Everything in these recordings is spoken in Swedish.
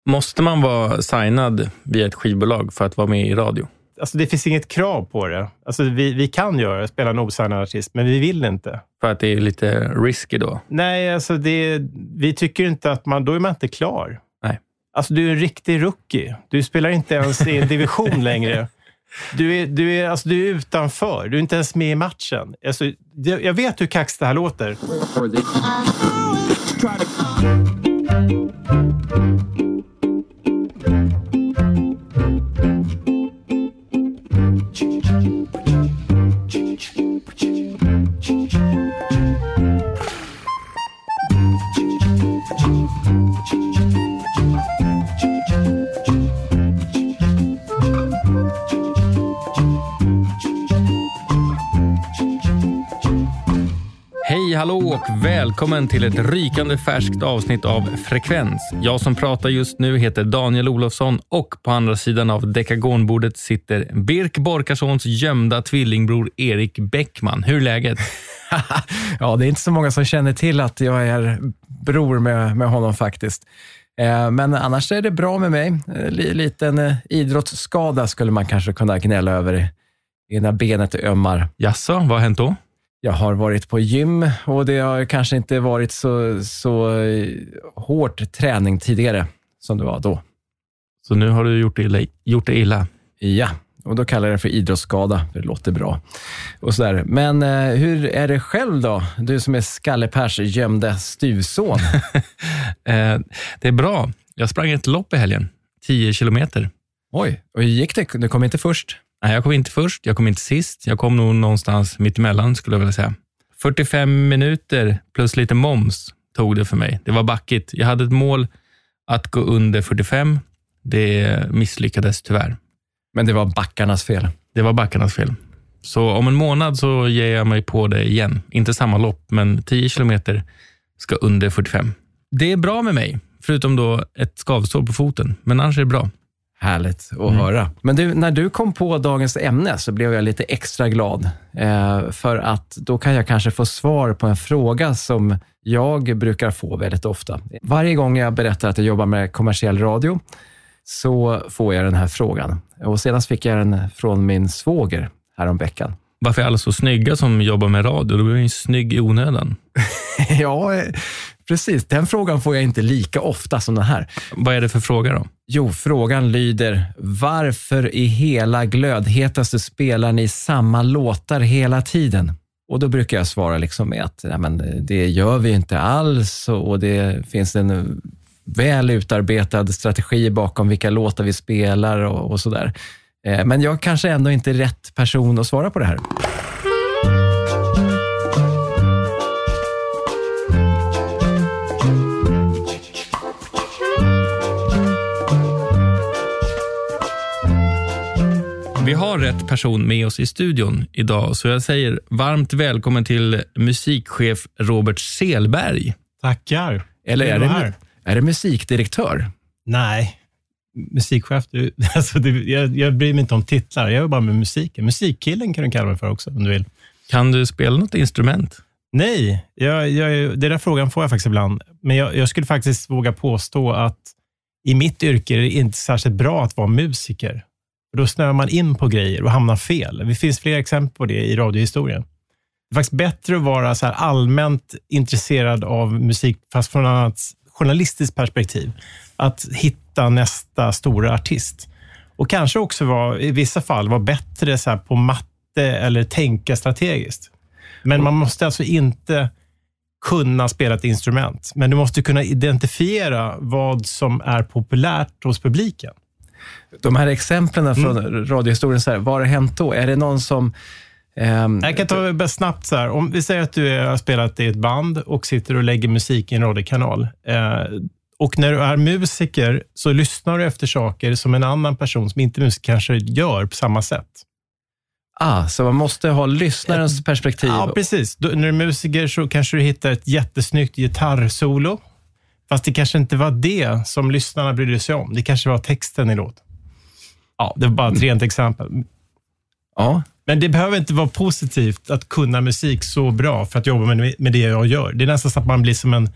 Måste man vara signad via ett skivbolag för att vara med i radio? Alltså det finns inget krav på det. Alltså vi kan spela en osignad artist, men vi vill inte. För att det är lite risky då? Nej, alltså vi tycker inte att då är man inte klar. Nej. Alltså du är en riktig rookie. Du spelar inte ens i en division längre. Du är utanför. Du är inte ens med i matchen. Alltså, jag vet hur kax det här låter. Hej, hallå och välkommen till ett rykande färskt avsnitt av Frekvens. Jag som pratar just nu heter Daniel Olofsson och på andra sidan av dekagonbordet sitter Birk Borkarssons gömda tvillingbror Erik Bäckman. Hur är läget? Ja, det är inte så många som känner till att jag är bror med honom faktiskt. Men annars är det bra med mig. Liten idrottsskada skulle man kanske kunna gnälla över när benet ömmar. Jaså, vad har hänt då? Jag har varit på gym och det har kanske inte varit så hårt träning tidigare som det var då. Så nu har du gjort det illa? Ja, och då kallar jag det för idrottsskada, för det låter bra. Och sådär. Men hur är det själv då? Du som är Skallepers gömde stuvson. Det är bra. Jag sprang ett lopp i helgen. 10 kilometer. Oj, och hur gick det? Du kom inte först? Nej, jag kom inte först, jag kom inte sist. Jag kom nog någonstans mitt emellan skulle jag vilja säga. 45 minuter plus lite moms tog det för mig. Det var backigt. Jag hade ett mål att gå under 45. Det misslyckades tyvärr. Men det var backarnas fel? Det var backarnas fel. Så om en månad så ger jag mig på det igen. Inte samma lopp, men 10 kilometer ska under 45. Det är bra med mig, förutom då ett skavsår på foten. Men annars är det bra. Härligt att höra. Men du, när du kom på dagens ämne så blev jag lite extra glad. För att då kan jag kanske få svar på en fråga som jag brukar få väldigt ofta. Varje gång jag berättar att jag jobbar med kommersiell radio så får jag den här frågan. Och senast fick jag den från min svåger häromveckan. Varför är alla så snygga som jobbar med radio? Då blir man ju snygg i onödan. Ja, precis. Den frågan får jag inte lika ofta som den här. Vad är det för fråga då? Jo, frågan lyder: varför i hela glödhetaste spelar ni samma låtar hela tiden? Och då brukar jag svara liksom med att men det gör vi inte alls, och det finns en väl utarbetad strategi bakom vilka låtar vi spelar och sådär. Men jag kanske ändå inte är rätt person att svara på det här. Vi har rätt person med oss i studion idag, så jag säger varmt välkommen till musikchef Robert Selberg. Tackar. Eller är det musikdirektör? Nej, musikchef. Jag bryr mig inte om titlar. Jag är bara med musiken. Musikkillen kan du kalla mig för också om du vill. Kan du spela något instrument? Nej, det där frågan får jag faktiskt ibland. Men jag skulle faktiskt våga påstå att i mitt yrke är det inte särskilt bra att vara musiker. För då snör man in på grejer och hamnar fel. Det finns flera exempel på det i radiohistorien. Det är faktiskt bättre att vara så här allmänt intresserad av musik, fast från ett journalistiskt perspektiv. Att hitta nästa stora artist. Och kanske också i vissa fall vara bättre så här på matte eller tänka strategiskt. Men man måste alltså inte kunna spela ett instrument. Men du måste kunna identifiera vad som är populärt hos publiken. De här exemplen från radiohistorien, så här, vad har hänt då? Är det någon som... Jag kan ta det snabbt så här. Om vi säger att du har spelat i ett band och sitter och lägger musik i en radiokanal. Och när du är musiker så lyssnar du efter saker som en annan person som inte är musiker kanske gör på samma sätt. Så man måste ha lyssnarens perspektiv. Ja, precis. När du är musiker så kanske du hittar ett jättesnyggt gitarrsolo. Fast det kanske inte var det som lyssnarna brydde sig om. Det kanske var texten i låten. Ja, det var bara ett rent exempel. Ja. Men det behöver inte vara positivt att kunna musik så bra för att jobba med det jag gör. Det är nästan så att man blir som en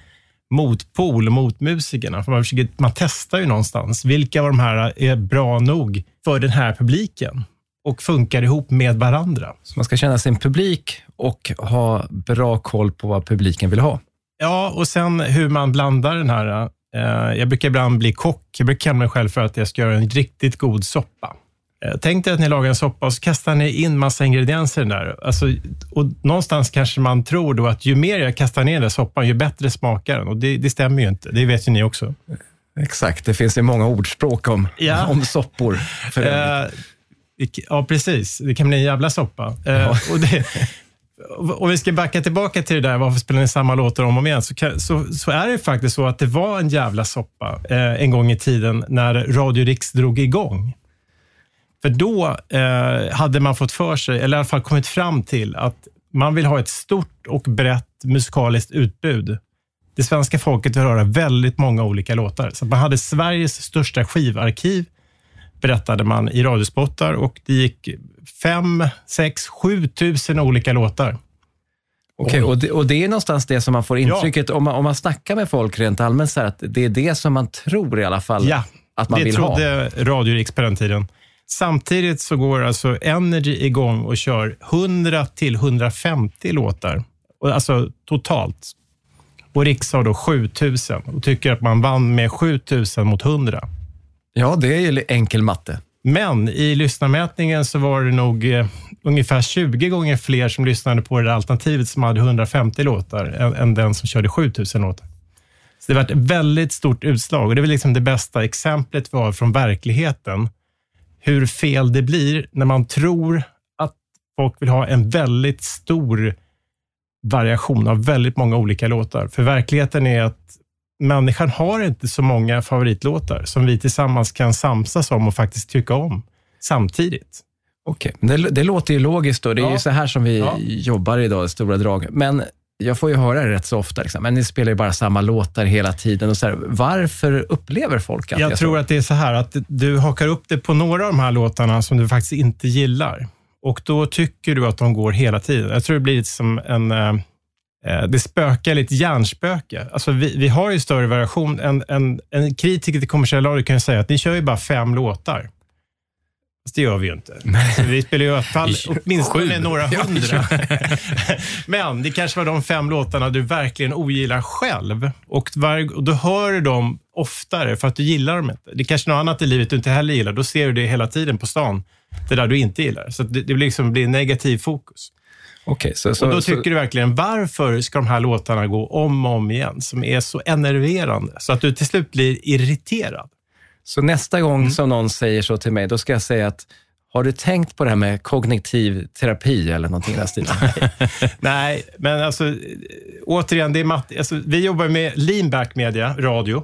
motpol mot musikerna. För man testar ju någonstans. Vilka av de här är bra nog för den här publiken? Och funkar ihop med varandra. Så man ska känna sin publik och ha bra koll på vad publiken vill ha. Ja, och sen hur man blandar den här. Jag brukar ibland bli kock. Jag brukar kalla mig själv för att jag ska göra en riktigt god soppa. Tänk dig att ni lagar en soppa och så kastar ni in massa ingredienser i den där. Alltså, och någonstans kanske man tror då att ju mer jag kastar ner den där soppan, ju bättre smakar den. Och det stämmer ju inte. Det vet ju ni också. Exakt, det finns ju många ordspråk om soppor. Ja, precis. Det kan bli en jävla soppa. Och vi ska backa tillbaka till det där, varför spelar ni samma låtar om och igen? Så är det faktiskt så att det var en jävla soppa en gång i tiden när Radio Rix drog igång. För då hade man fått för sig, eller i alla fall kommit fram till att man vill ha ett stort och brett musikaliskt utbud. Det svenska folket vill höra väldigt många olika låtar. Så man hade Sveriges största skivarkiv, berättade man i radiospottar, och det gick 5, 6, 7 tusen olika låtar. Okej, och det är någonstans det som man får intrycket, om man snackar med folk rent allmänt så här, att det är det som man tror i alla fall att man vill ha. Det trodde Radio Rix på den tiden. Samtidigt så går alltså Energy igång och kör 100-150 låtar. Alltså totalt. Och Rix har då 7000 och tycker att man vann med 7000 mot 100. Ja, det är ju enkel matte. Men i lyssnarmätningen så var det nog ungefär 20 gånger fler som lyssnade på det alternativet som hade 150 låtar än den som körde 7000 låtar. Så det var ett väldigt stort utslag, och det är väl liksom det bästa exemplet vi har från verkligheten. Hur fel det blir när man tror att folk vill ha en väldigt stor variation av väldigt många olika låtar. För verkligheten är att människan har inte så många favoritlåtar som vi tillsammans kan samsas om och faktiskt tycka om samtidigt. Okej, det låter ju logiskt då. Det är ju så här som vi jobbar idag, stora drag. Men jag får ju höra det rätt så ofta. Liksom. Men ni spelar ju bara samma låtar hela tiden. Och så här, varför upplever folk att jag tror att det är så här att du hakar upp det på några av de här låtarna som du faktiskt inte gillar. Och då tycker du att de går hela tiden. Jag tror det blir som det spökar lite hjärnspöke. Alltså vi har ju större variation. En kritiker till kommersiella radio kan ju säga att ni kör ju bara 5 låtar. Det gör vi ju inte. Så vi spelar ju i alla fall åtminstone några hundra. Men det kanske var de 5 låtarna du verkligen ogillar själv. Och då hör du dem oftare för att du gillar dem inte. Det är kanske något annat i livet du inte heller gillar. Då ser du det hela tiden på stan. Det där du inte gillar. Så det blir negativ fokus. Okay, och då tycker du verkligen, varför ska de här låtarna gå om och om igen som är så enerverande så att du till slut blir irriterad? Så nästa gång som någon säger så till mig, då ska jag säga att har du tänkt på det här med kognitiv terapi eller någonting i den stilen? Nej, men alltså återigen, det är alltså, vi jobbar med leanback media, radio.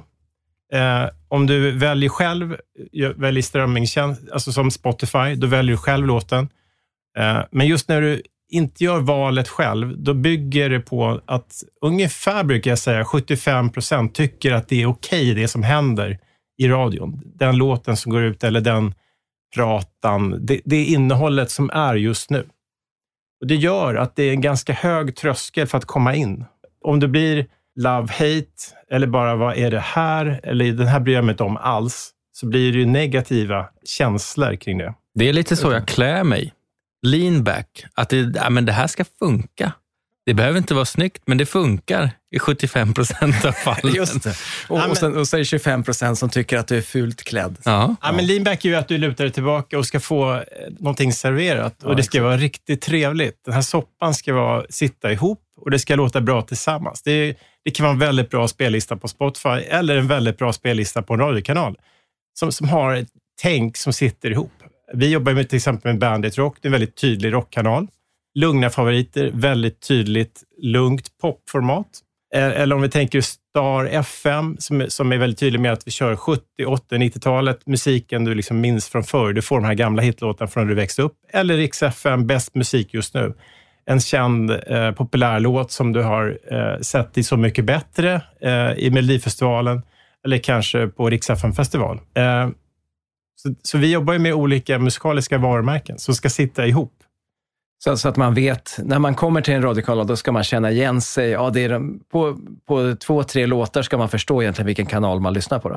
Om du väljer själv, väljer strömmingstjänst, alltså som Spotify, då väljer du själv låten. Men just när du inte gör valet själv, då bygger det på att ungefär, brukar jag säga, 75% tycker att det är okej det som händer i radion. Den låten som går ut eller den pratan, det innehållet som är just nu. Och det gör att det är en ganska hög tröskel för att komma in. Om det blir love, hate eller bara vad är det här, eller den här bryr jag mig inte om alls, så blir det ju negativa känslor kring det. Det är lite så jag klär mig. Lean back. Att det här ska funka. Det behöver inte vara snyggt, men det funkar i 75% av fallen. Just det. Och så är det 25% som tycker att du är fult klädd. Ja, men lean back är ju att du lutar dig tillbaka och ska få någonting serverat. Och det ska vara riktigt trevligt. Den här soppan ska sitta ihop och det ska låta bra tillsammans. Det kan vara en väldigt bra spellista på Spotify eller en väldigt bra spellista på en radiokanal som har ett tänk som sitter ihop. Vi jobbar med till exempel med Bandit Rock. Det är en väldigt tydlig rockkanal. Lugna favoriter, väldigt tydligt lugnt popformat. Eller om vi tänker Star FM som är väldigt tydlig med att vi kör 70, 80, 90-talet. Musiken du liksom minns från förr. Du får de här gamla hitlåtarna från när du växte upp. Eller Rix FM, bäst musik just nu. En känd populär låt som du har sett i Så mycket bättre i Melodifestivalen. Eller kanske på Rix FM-festival. Så vi jobbar ju med olika musikaliska varumärken som ska sitta ihop. Så att man vet, när man kommer till en radiokanal, då ska man känna igen sig. Ja, det är på 2-3 låtar ska man förstå egentligen vilken kanal man lyssnar på då.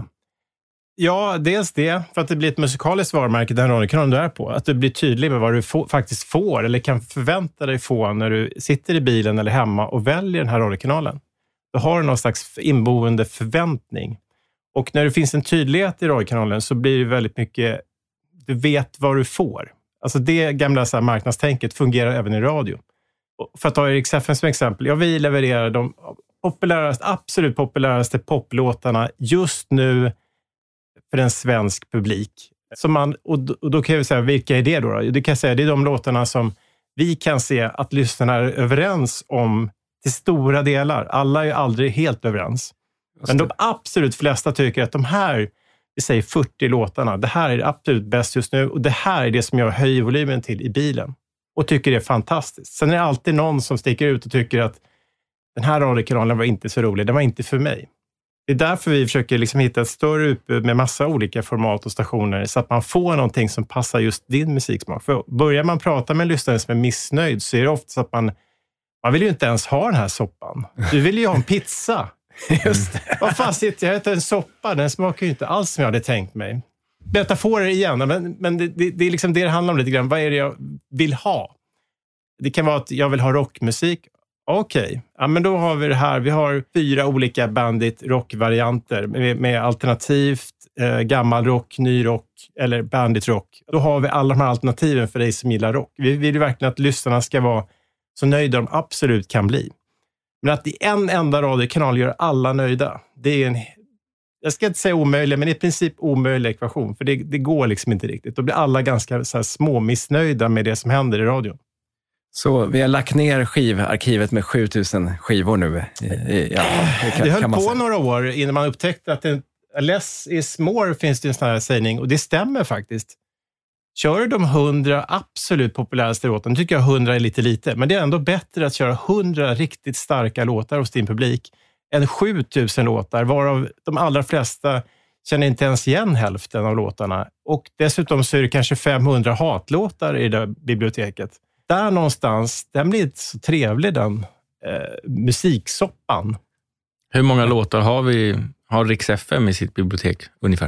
Ja, dels det, för att det blir ett musikaliskt varumärke den radiokanalen du är på. Att du blir tydlig med vad du faktiskt får eller kan förvänta dig få när du sitter i bilen eller hemma och väljer den här radiokanalen. Då har du någon slags inboende förväntning. Och när det finns en tydlighet i radiokanalen så blir det väldigt mycket, du vet vad du får. Alltså det gamla så här marknadstänket fungerar även i radio. Och för att ta Rix FM som exempel, ja, vi levererar de absolut populäraste poplåtarna just nu för en svensk publik. Och då kan jag säga, vilka är det då? Det kan jag säga, det är de låtarna som vi kan se att lyssnarna är överens om till stora delar. Alla är aldrig helt överens. Men de absolut flesta tycker att de här, vi säger 40 låtarna, det här är absolut bäst just nu och det här är det som jag höjer volymen till i bilen. Och tycker det är fantastiskt. Sen är det alltid någon som sticker ut och tycker att den här radiokanalen var inte så rolig, den var inte för mig. Det är därför vi försöker liksom hitta ett större utbud med massa olika format och stationer så att man får någonting som passar just din musiksmak. För börjar man prata med en lyssnare som är missnöjd så är det ofta så att man vill ju inte ens ha den här soppan. Du vill ju ha en pizza. Just det. Vad fan sitter jag äter en soppa? Den smakar ju inte alls som jag hade tänkt mig. Detta får det igen, men det är liksom det handlar om lite grann. Vad är det jag vill ha? Det kan vara att jag vill ha rockmusik. Okej, ja, men då har vi det här. Vi har 4 olika Bandit rockvarianter med alternativt, gammal rock, ny rock eller Bandit rock. Då har vi alla de här alternativen för dig som gillar rock. Vi vill ju verkligen att lyssnarna ska vara så nöjda de absolut kan bli. Men att i en enda radiokanal gör alla nöjda, det är jag ska inte säga omöjlig, men i princip omöjlig ekvation. För det går liksom inte riktigt. Då blir alla ganska så här små missnöjda med det som händer i radion. Så vi har lagt ner skivarkivet med 7000 skivor nu. Det höll på några år innan man upptäckte att less is more, finns det en sån här sägning. Och det stämmer faktiskt. Kör de 100 absolut populäraste låtarna, tycker jag 100 är lite. Men det är ändå bättre att köra 100 riktigt starka låtar hos din publik än 7000 låtar, varav de allra flesta känner inte ens igen hälften av låtarna. Och dessutom så är det kanske 500 hatlåtar i det biblioteket. Där någonstans, den blir inte så trevlig, den musiksoppan. Hur många låtar har Rix FM i sitt bibliotek ungefär?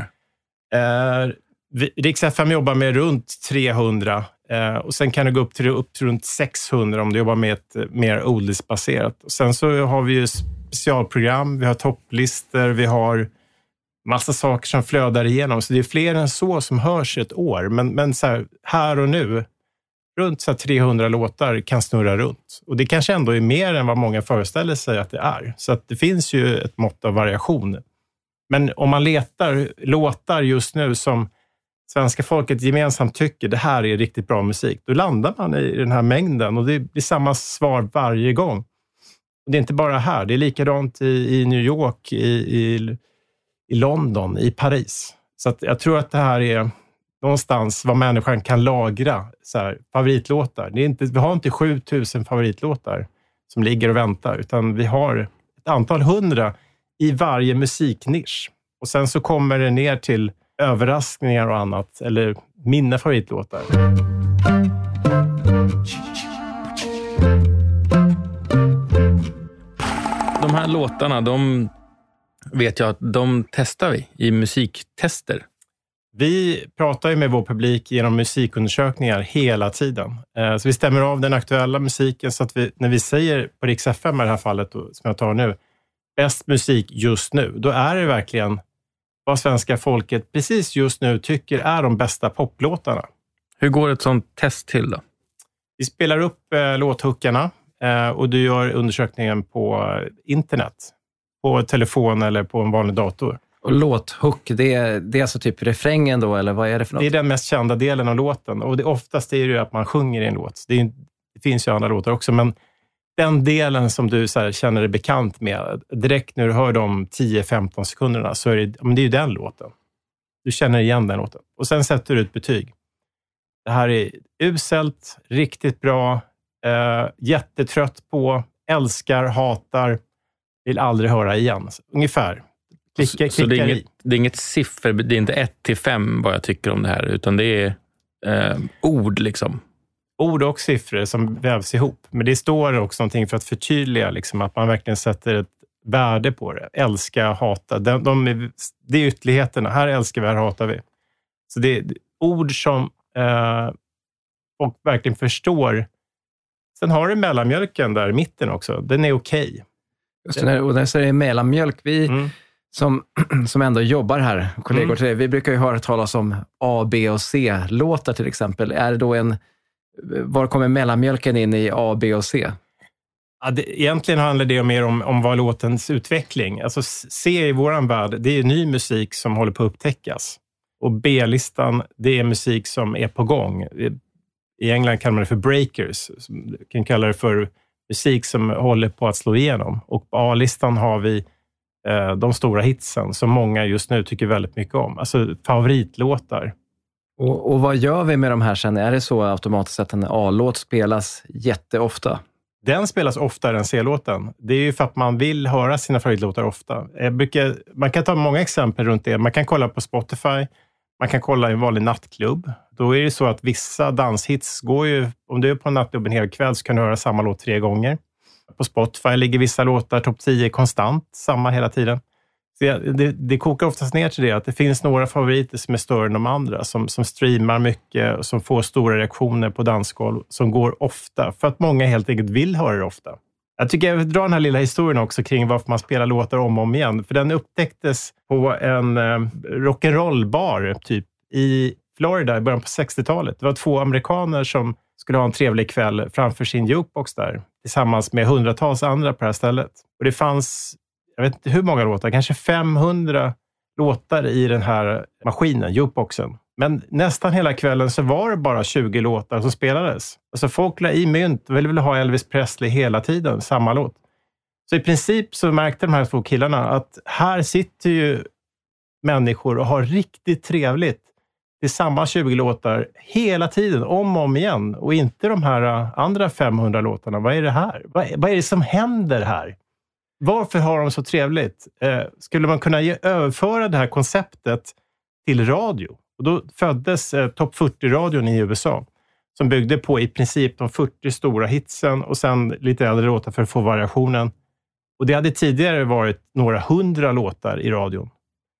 Rix FM jobbar med runt 300 och sen kan det gå upp till runt 600 om du jobbar med ett mer oldies-baserat. Och sen så har vi ju specialprogram, vi har topplistor, vi har massa saker som flödar igenom. Så det är fler än så som hörs ett år. Men så här och nu, runt så 300 låtar kan snurra runt. Och det kanske ändå är mer än vad många föreställer sig att det är. Så att det finns ju ett mått av variation. Men om man letar låtar just nu som svenska folket gemensamt tycker det här är riktigt bra musik, då landar man i den här mängden och det blir samma svar varje gång. Och det är inte bara här, det är likadant i New York, i London, i Paris. Så att jag tror att det här är någonstans vad människan kan lagra så här, favoritlåtar. Vi har inte 7000 favoritlåtar som ligger och väntar, utan vi har ett antal 100 i varje musiknisch. Och sen så kommer det ner till överraskningar och annat, eller mina favoritlåtar. De här låtarna, de vet jag att de testar vi i musiktester. Vi pratar ju med vår publik genom musikundersökningar hela tiden. Så vi stämmer av den aktuella musiken så att när vi säger på Rix FM i det här fallet, som jag tar nu, bäst musik just nu, då är det verkligen vad svenska folket precis just nu tycker är de bästa poplåtarna. Hur går ett sånt test till då? Vi spelar upp låthookarna och du gör undersökningen på internet, på telefon eller på en vanlig dator. Och låthook, det är alltså typ refrängen då, eller vad är det för något? Det är den mest kända delen av låten och oftast är det ju att man sjunger i en låt. Det finns ju andra låtar också, men den delen som du så här känner dig bekant med, direkt när du hör de 10-15 sekunderna så är det är ju den låten. Du känner igen den låten. Och sen sätter du ett betyg. Det här är uselt, riktigt bra, jättetrött på, älskar, hatar, vill aldrig höra igen. Ungefär. Så det är inget siffer, det är inte 1-5 vad jag tycker om det här, utan det är ord liksom. ord och siffror som vävs ihop. Men det står också någonting för att förtydliga liksom, att man verkligen sätter ett värde på det. Älska, hata. Det är ytterligheterna. Här älskar vi, här hatar vi. Så det är ord som folk verkligen förstår. Sen har du mellanmjölken där i mitten också. Den är okej. Just det, och där så är det mellanmjölk. Vi som ändå jobbar här, kollegor till dig, vi brukar ju höra talas om A, B och C-låtar till exempel. Är det då var kommer mellanmjölken in i A, B och C? Ja, egentligen handlar det mer om vad låtens utveckling. Alltså C i våran värld, det är ny musik som håller på att upptäckas. Och B-listan, det är musik som är på gång. I England kallar man det för breakers. Man kan kalla det för musik som håller på att slå igenom. Och på A-listan har vi de stora hitsen som många just nu tycker väldigt mycket om. Alltså favoritlåtar. Och vad gör vi med de här sen? Är det så automatiskt att en A-låt spelas jätteofta? Den spelas oftare än C-låten. Det är ju för att man vill höra sina favoritlåtar ofta. Man kan ta många exempel runt det. Man kan kolla på Spotify. Man kan kolla i en vanlig nattklubb. Då är det så att vissa danshits går ju... Om du är på en nattklubb en hel kväll så kan du höra samma låt 3 gånger. På Spotify ligger vissa låtar topp 10 konstant, samma hela tiden. Så det kokar oftast ner till det att det finns några favoriter som är större än de andra. Som streamar mycket, som får stora reaktioner på dansgolv, som går ofta. För att många helt enkelt vill höra det ofta. Jag tycker jag vill dra den här lilla historien också kring varför man spelar låtar om och om igen. För den upptäcktes på en rock'n'roll-bar typ i Florida i början på 60-talet. Det var 2 amerikaner som skulle ha en trevlig kväll framför sin jukebox där. Tillsammans med hundratals andra på det här stället. Och det fanns, jag vet inte hur många låtar, kanske 500 låtar i den här maskinen, jukeboxen. Men nästan hela kvällen så var det bara 20 låtar som spelades. Alltså folk la i mynt och ville ha Elvis Presley hela tiden, samma låt. Så i princip så märkte de här 2 killarna att här sitter ju människor och har riktigt trevligt. Det är samma 20 låtar hela tiden, om och om igen. Och inte de här andra 500 låtarna. Vad är det här? Vad är det som händer här? Varför har de så trevligt? Skulle man kunna överföra det här konceptet till radio? Och då föddes Top 40-radion i USA. Som byggde på i princip de 40 stora hitsen. Och sen lite äldre låtar för att få variationen. Och det hade tidigare varit några 100 låtar i radion.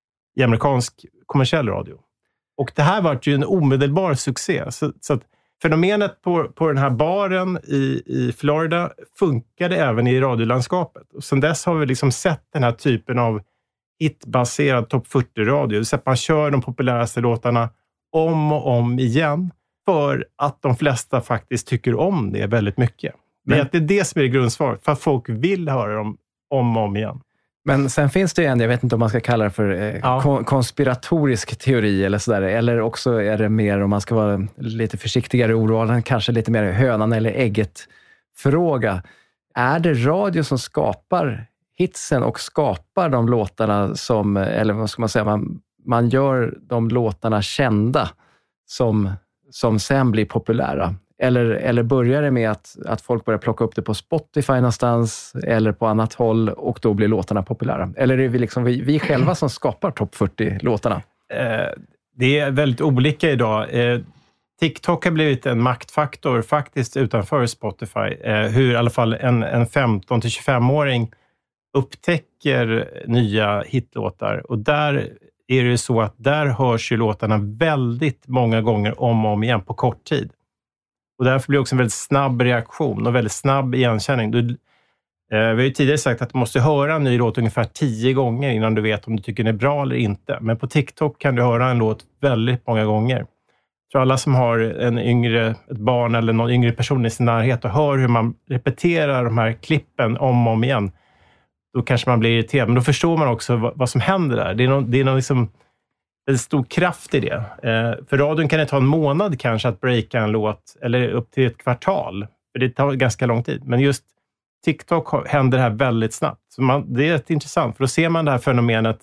I amerikansk kommersiell radio. Och det här var ju en omedelbar succé. Så att fenomenet på den här baren i Florida funkade även i radiolandskapet. Och sen dess har vi liksom sett den här typen av hitbaserad topp 40-radio. Så att man kör de populäraste låtarna om och om igen. För att de flesta faktiskt tycker om det väldigt mycket. Men att det är det som är grundsvaret. För att folk vill höra dem om och om igen. Men sen finns det ju jag vet inte om man ska kalla det för konspiratorisk teori eller sådär. Eller också är det mer, om man ska vara lite försiktigare i ordvalen, kanske lite mer hönan eller ägget fråga. Är det radio som skapar hitsen och skapar de låtarna som, eller vad ska man säga, man gör de låtarna kända som sen blir populära? Eller börjar det med att folk börjar plocka upp det på Spotify någonstans eller på annat håll och då blir låtarna populära? Eller är det liksom vi själva som skapar topp 40-låtarna? Det är väldigt olika idag. TikTok har blivit en maktfaktor faktiskt utanför Spotify. Hur i alla fall en 15-25-åring upptäcker nya hitlåtar. Och där är det så att där hörs ju låtarna väldigt många gånger om och om igen på kort tid. Och därför blir det också en väldigt snabb reaktion och väldigt snabb igenkänning. Vi har ju tidigare sagt att du måste höra en ny låt ungefär 10 gånger innan du vet om du tycker den är bra eller inte. Men på TikTok kan du höra en låt väldigt många gånger. Så alla som har ett barn eller någon yngre person i sin närhet och hör hur man repeterar de här klippen om och om igen, då kanske man blir irriterad. Men då förstår man också vad som händer där. Det är någon liksom en stor kraft i det. För radion kan det ta en månad kanske att breaka en låt, eller upp till ett kvartal. För det tar ganska lång tid. Men just TikTok händer det här väldigt snabbt. Så det är rätt intressant, för då ser man det här fenomenet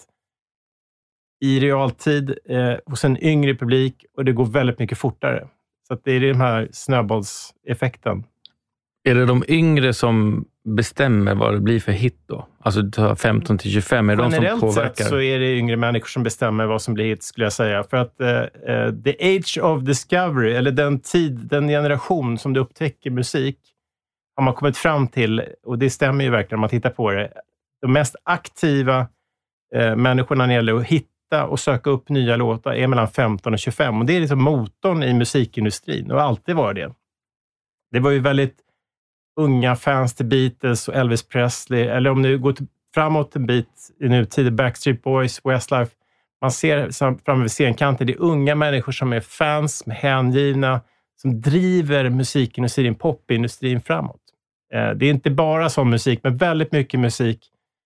i realtid hos en yngre publik, och det går väldigt mycket fortare. Så att det är den här snöbollseffekten. Är det de yngre som bestämmer vad det blir för hit då? Alltså 15-25, är det de som påverkar? Generellt sett så är det yngre människor som bestämmer vad som blir hit, skulle jag säga. För att the age of discovery, eller den generation som du upptäcker musik, har man kommit fram till, och det stämmer ju verkligen om man tittar på det, de mest aktiva människorna när det gäller att hitta och söka upp nya låtar är mellan 15 och 25. Och det är liksom motorn i musikindustrin, och alltid var det. Det var ju väldigt unga fans till Beatles och Elvis Presley, eller om du går framåt en bit i nutid, Backstreet Boys, Westlife, man ser framme vid scenkanten, det är unga människor som är fans, med hängivna, som driver musikindustrin, popindustrin framåt. Det är inte bara sån musik, men väldigt mycket musik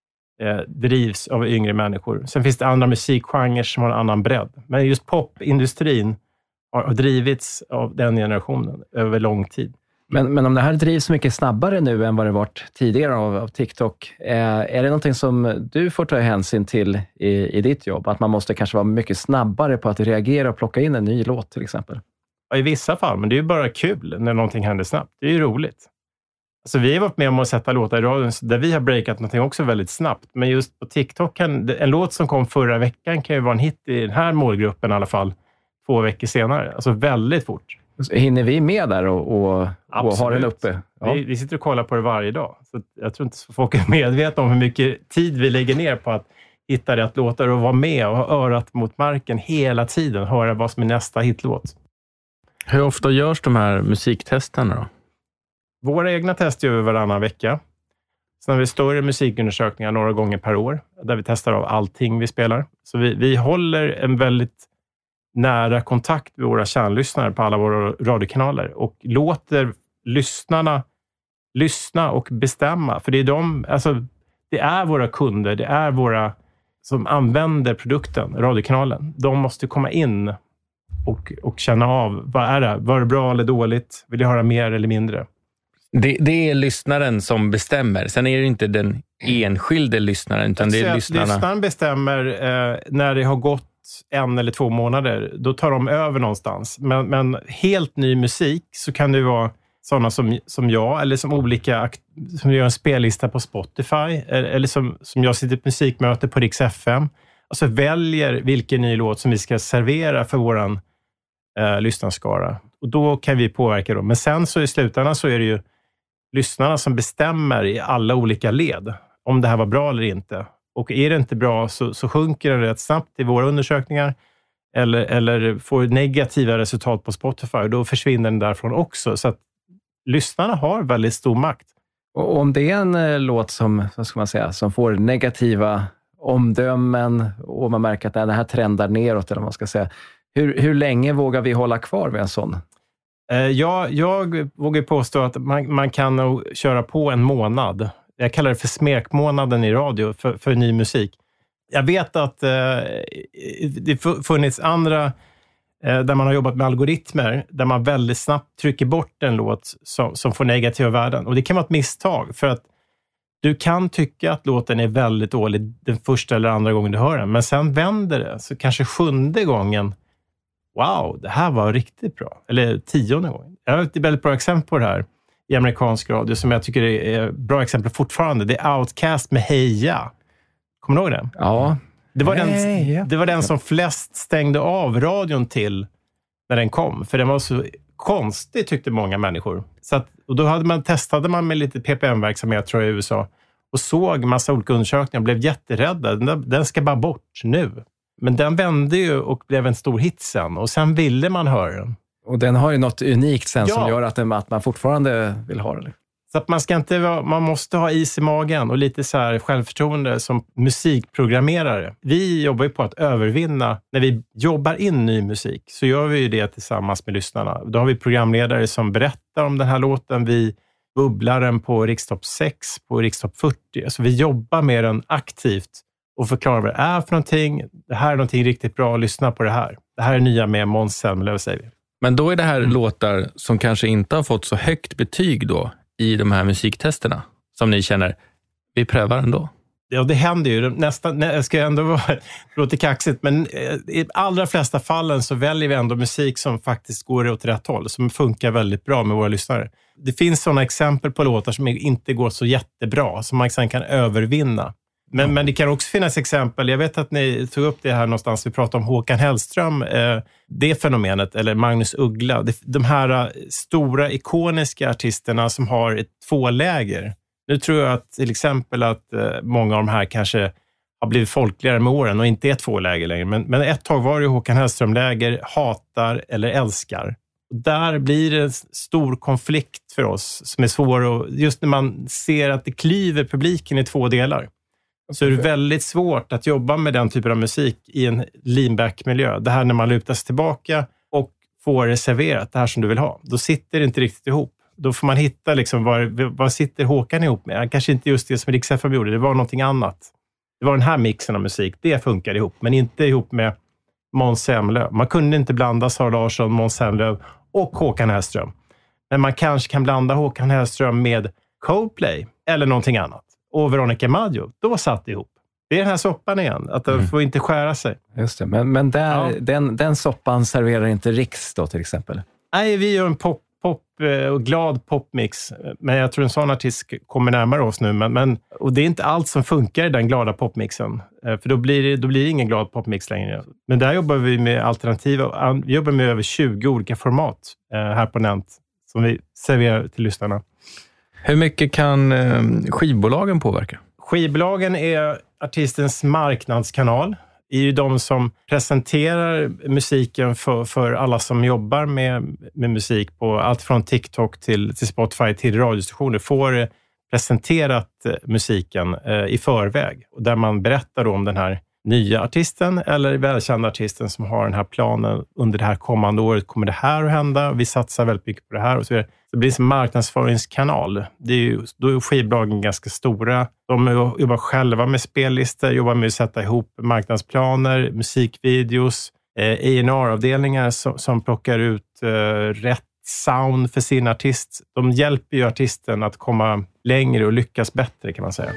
drivs av yngre människor. Sen finns det andra musikgenrer som har en annan bredd, men just popindustrin har drivits av den generationen över lång tid. Men om det här drivs mycket snabbare nu än vad det varit tidigare av TikTok, är det någonting som du får ta hänsyn till i ditt jobb? Att man måste kanske vara mycket snabbare på att reagera och plocka in en ny låt till exempel? Ja, i vissa fall, men det är ju bara kul när någonting händer snabbt. Det är ju roligt. Alltså, vi har varit med om att sätta låtar i radion där vi har breakat någonting också väldigt snabbt. Men just på TikTok, en låt som kom förra veckan kan ju vara en hit i den här målgruppen i alla fall 2 veckor senare. Alltså väldigt fort. Hinner vi med där och ha den uppe? Ja. Vi sitter och kollar på det varje dag. Så jag tror inte folk är medvetna om hur mycket tid vi lägger ner på att hitta rätt låtar och vara med och ha örat mot marken hela tiden. Höra vad som är nästa hitlåt. Hur ofta görs de här musiktesterna då? Våra egna tester gör vi varannan vecka. Sen har vi större musikundersökningar några gånger per år. Där vi testar av allting vi spelar. Så vi håller en väldigt nära kontakt med våra kärnlyssnare på alla våra radiokanaler. Och låter lyssnarna lyssna och bestämma. För det är det är våra kunder, det är våra som använder produkten, radiokanalen. De måste komma in och känna av, vad är det? Var det bra eller dåligt? Vill jag höra mer eller mindre? Det är lyssnaren som bestämmer. Sen är det inte den enskilde lyssnaren, utan det är lyssnarna. Lyssnaren bestämmer när det har gått 1 eller 2 månader. Då tar de över någonstans. Men helt ny musik så kan det vara sådana som jag, eller som olika som gör en spellista på Spotify, eller som jag sitter på musikmöte på Rix FM. Alltså väljer vilken ny låt som vi ska servera för våran lyssnarskara. Och då kan vi påverka dem. Men sen så i slutändan så är det ju lyssnarna som bestämmer i alla olika led om det här var bra eller inte. Och är det inte bra så sjunker det rätt snabbt i våra undersökningar eller får negativa resultat på Spotify. Då försvinner den därifrån också. Så att lyssnarna har väldigt stor makt. Och om det är en låt som, vad ska man säga, som får negativa omdömen och man märker att det här trendar neråt, eller vad man ska säga. Hur länge vågar vi hålla kvar med en sån? Jag vågar påstå att man kan nog köra på en månad. Jag kallar det för smekmånaden i radio för ny musik. Jag vet att det funnits andra där man har jobbat med algoritmer där man väldigt snabbt trycker bort en låt som får negativa värden. Och det kan vara ett misstag, för att du kan tycka att låten är väldigt dålig den första eller andra gången du hör den. Men sen vänder det. Så kanske 7:e gången, wow, det här var riktigt bra. Eller 10:e gången. Jag har ett väldigt bra exempel på det här i amerikansk radio som jag tycker är bra exempel fortfarande. Det är Outkast med Heja. Kommer du ihåg det? Ja. Det var den som flest stängde av radion till när den kom. För den var så konstig, tyckte många människor. Och då testade man med lite PPM-verksamhet, tror jag, i USA. Och såg massa olika undersökningar och blev jätterädda. Den ska bara bort nu. Men den vände ju och blev en stor hit sen. Och sen ville man höra den. Och den har ju något unikt sen som gör att man fortfarande vill ha den. Så att man måste ha is i magen och lite så här självförtroende som musikprogrammerare. Vi jobbar ju på att övervinna. När vi jobbar in ny musik så gör vi ju det tillsammans med lyssnarna. Då har vi programledare som berättar om den här låten. Vi bubblar den på Rikstopp 6, på Rikstopp 40. Alltså vi jobbar med den aktivt och förklarar vad det är för någonting. Det här är någonting riktigt bra, lyssna på det här. Det här är nya med Måns Zelmerlöw, säger vi. Men då är det här låtar som kanske inte har fått så högt betyg då i de här musiktesterna som ni känner, vi prövar ändå. Ja, det händer ju. Jag ska ändå vara låter kaxigt, men i allra flesta fallen så väljer vi ändå musik som faktiskt går åt rätt håll, som funkar väldigt bra med våra lyssnare. Det finns sådana exempel på låtar som inte går så jättebra, som man sen kan övervinna. Men det kan också finnas exempel, jag vet att ni tog upp det här någonstans, vi pratade om Håkan Hellström, det fenomenet, eller Magnus Uggla, de här stora ikoniska artisterna som har ett tvåläger. Nu tror jag att till exempel att många av de här kanske har blivit folkligare med åren och inte är tvåläger längre. Men ett tag var det Håkan Hellström-läger, hatar eller älskar. Där blir det en stor konflikt för oss som är svår, och just när man ser att det klyver publiken i två delar. Så är det väldigt svårt att jobba med den typen av musik i en leanback-miljö. Det här när man lutar sig tillbaka och får det serverat, det här som du vill ha. Då sitter det inte riktigt ihop. Då får man hitta liksom, vad sitter Håkan ihop med? Kanske inte just det som Rix FM gjorde, det var någonting annat. Det var den här mixen av musik, det funkar ihop. Men inte ihop med Måns Zelmerlöw. Man kunde inte blanda Sara Larsson, Måns Zelmerlöw och Håkan Hellström. Men man kanske kan blanda Håkan Hellström med Coldplay eller någonting annat. Och Veronica Maggio, då satt det ihop. Det är den här soppan igen, att den får inte skära sig. Just det, men där, den soppan serverar inte Rix då till exempel? Nej, vi gör en pop och glad popmix. Men jag tror en sån artist kommer närmare oss nu. Och det är inte allt som funkar i den glada popmixen. För då blir det ingen glad popmix längre. Men där jobbar vi med alternativa. Vi jobbar med över 20 olika format här på Nent som vi serverar till lyssnarna. Hur mycket kan skivbolagen påverka? Skivbolagen är artistens marknadskanal. Det är ju de som presenterar musiken för alla som jobbar med musik på allt från TikTok till Spotify till radiostationer. Får presenterat musiken i förväg. Och där man berättar om den här nya artisten eller välkända artisten som har den här planen. Under det här kommande året kommer det här att hända. Vi satsar väldigt mycket på det här och så vidare. Det blir som marknadsföringskanal. Då är skivbolagen ganska stora. De jobbar själva med spellistor, jobbar med att sätta ihop marknadsplaner, musikvideos, A&R-avdelningar som plockar ut rätt sound för sin artist. De hjälper ju artisten att komma längre och lyckas bättre, kan man säga.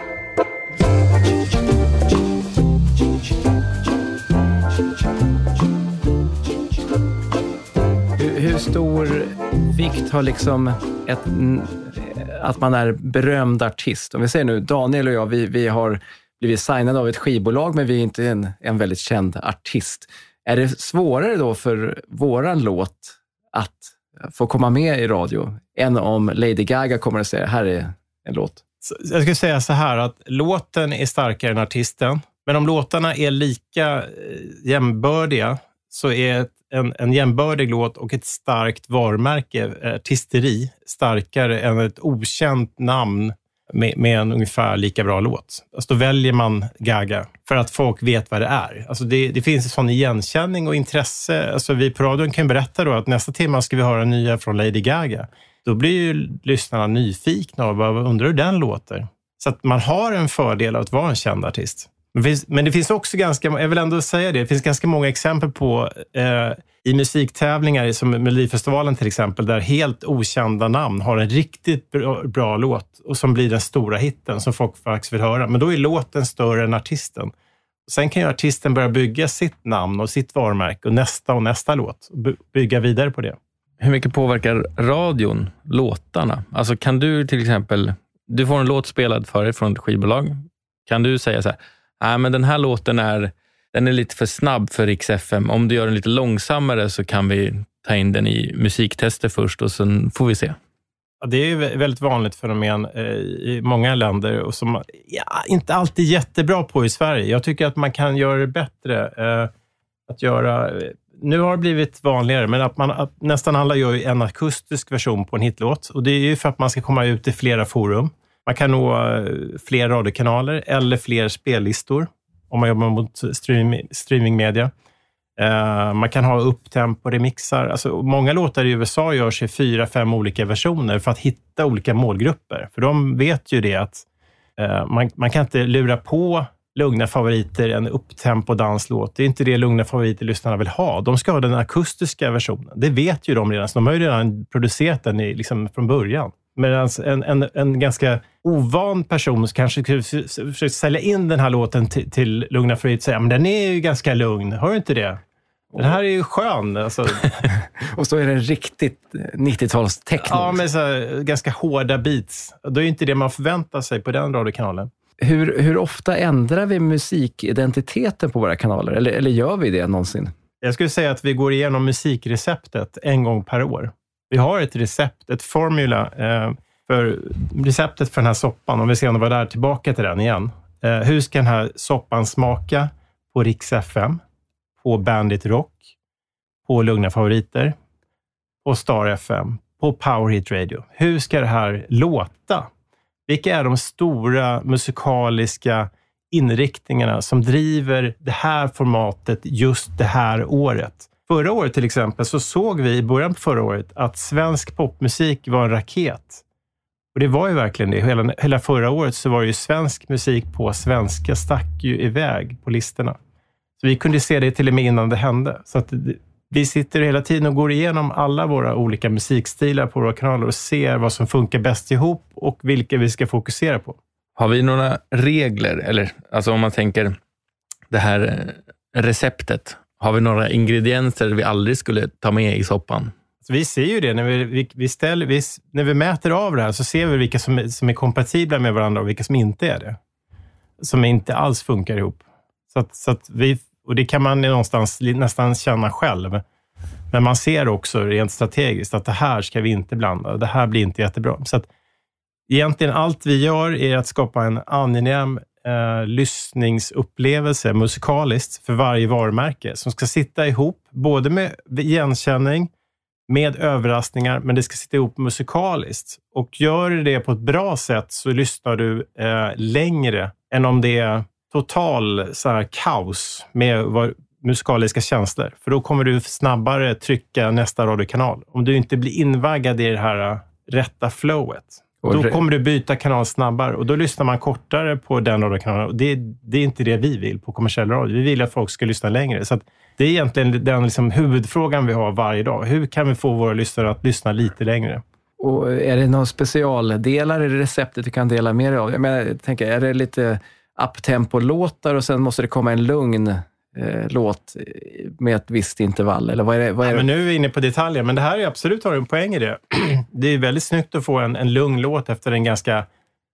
Hur stor vikt har liksom att man är berömd artist? Om vi säger nu, Daniel och jag, vi har blivit signade av ett skivbolag, men vi är inte en väldigt känd artist. Är det svårare då för våran låt att få komma med i radio än om Lady Gaga kommer att säga, här är en låt? Jag skulle säga så här, att låten är starkare än artisten. Men om låtarna är lika jämbördiga så är en jämbördig låt och ett starkt varumärke, artisteri, starkare än ett okänt namn med en ungefär lika bra låt. Alltså då väljer man Gaga för att folk vet vad det är. Alltså det finns en sån igenkänning och intresse. Alltså vi på radion kan berätta då att nästa timme ska vi höra nya från Lady Gaga. Då blir ju lyssnarna nyfikna och bara undrar hur den låter. Så att man har en fördel av att vara en känd artist. Men det finns också jag vill ändå säga det finns ganska många exempel på i musiktävlingar som Melodifestivalen till exempel, där helt okända namn har en riktigt bra låt och som blir den stora hitten som folk faktiskt vill höra. Men då är låten större än artisten. Sen kan ju artisten börja bygga sitt namn och sitt varumärke och nästa låt och bygga vidare på det. Hur mycket påverkar radion låtarna? Alltså kan du till exempel, du får en låt spelad för dig från ett skivbolag. Kan du säga så här, nej men den här låten är lite för snabb för Rix FM. Om du gör den lite långsammare så kan vi ta in den i musiktester först och sen får vi se. Ja, det är ju ett väldigt vanligt fenomen i många länder och som inte alltid jättebra på i Sverige. Jag tycker att man kan göra det bättre. Nu har det blivit vanligare, men att nästan alla gör ju en akustisk version på en hitlåt. Och det är ju för att man ska komma ut i flera forum. Man kan nå fler radiokanaler eller fler spellistor om man jobbar mot streamingmedia. Man kan ha upptempo, remixar. Alltså, många låtar i USA görs i 4-5 olika versioner för att hitta olika målgrupper. För de vet ju det att man kan inte lura på lugna favoriter en upptempo danslåt. Det är inte det lugna favoriter lyssnarna vill ha. De ska ha den akustiska versionen. Det vet ju de redan. Så de har ju redan producerat den liksom från början. Medan en ganska ovan person kanske försöker sälja in den här låten till Lugna Favorit och säga, men den är ju ganska lugn, hör du inte det? Den här är ju skön. Alltså. Och så är det riktigt 90-talstekno. Ja, med så här, ganska hårda beats. Då är ju inte det man förväntar sig på den radiokanalen. Hur ofta ändrar vi musikidentiteten på våra kanaler? Eller gör vi det någonsin? Jag skulle säga att vi går igenom musikreceptet en gång per år. Vi har ett recept, ett formula för receptet för den här soppan. Om vi ser om det var där, tillbaka till den igen. Hur ska den här soppan smaka på Rix FM, på Bandit Rock, på Lugna Favoriter, på Star FM, på Power Hit Radio? Hur ska det här låta? Vilka är de stora musikaliska inriktningarna som driver det här formatet just det här året? Förra året till exempel så såg vi i början på förra året att svensk popmusik var en raket. Och det var ju verkligen det. Hela förra året så var ju svensk musik på svenska stack ju iväg på listorna. Så vi kunde se det till och med innan det hände. Så att vi sitter hela tiden och går igenom alla våra olika musikstilar på våra kanaler och ser vad som funkar bäst ihop och vilka vi ska fokusera på. Har vi några regler, eller alltså om man tänker det här receptet, har vi några ingredienser vi aldrig skulle ta med i soppan? Så vi ser ju det när vi mäter av det här, så ser vi vilka som är kompatibla med varandra och vilka som inte är det. Som inte alls funkar ihop. Så att och det kan man någonstans nästan känna själv. Men man ser också rent strategiskt att det här ska vi inte blanda. Det här blir inte jättebra. Så att egentligen allt vi gör är att skapa en angenäm lyssningsupplevelse musikaliskt för varje varumärke. Som ska sitta ihop både med igenkänning, med överraskningar, men det ska sitta ihop musikaliskt. Och gör det på ett bra sätt så lyssnar du längre än om det är total så här kaos med musikaliska tjänster. För då kommer du snabbare trycka nästa radiokanal. Om du inte blir invaggad i det här rätta flowet. Då kommer du byta kanal snabbare. Och då lyssnar man kortare på den radiokanalen. Och det är inte det vi vill på kommersiell radio. Vi vill att folk ska lyssna längre. Så att det är egentligen den liksom huvudfrågan vi har varje dag. Hur kan vi få våra lyssnare att lyssna lite längre? Och är det någon specialdelar i receptet du kan dela med dig av? Jag tänker, är det lite uptempo-låtar och sen måste det komma en lugn låt med ett visst intervall? Eller vad är det? Men nu är vi inne på detaljer, men det här är absolut, har en poäng i det. Det är väldigt snyggt att få en lugn låt efter en ganska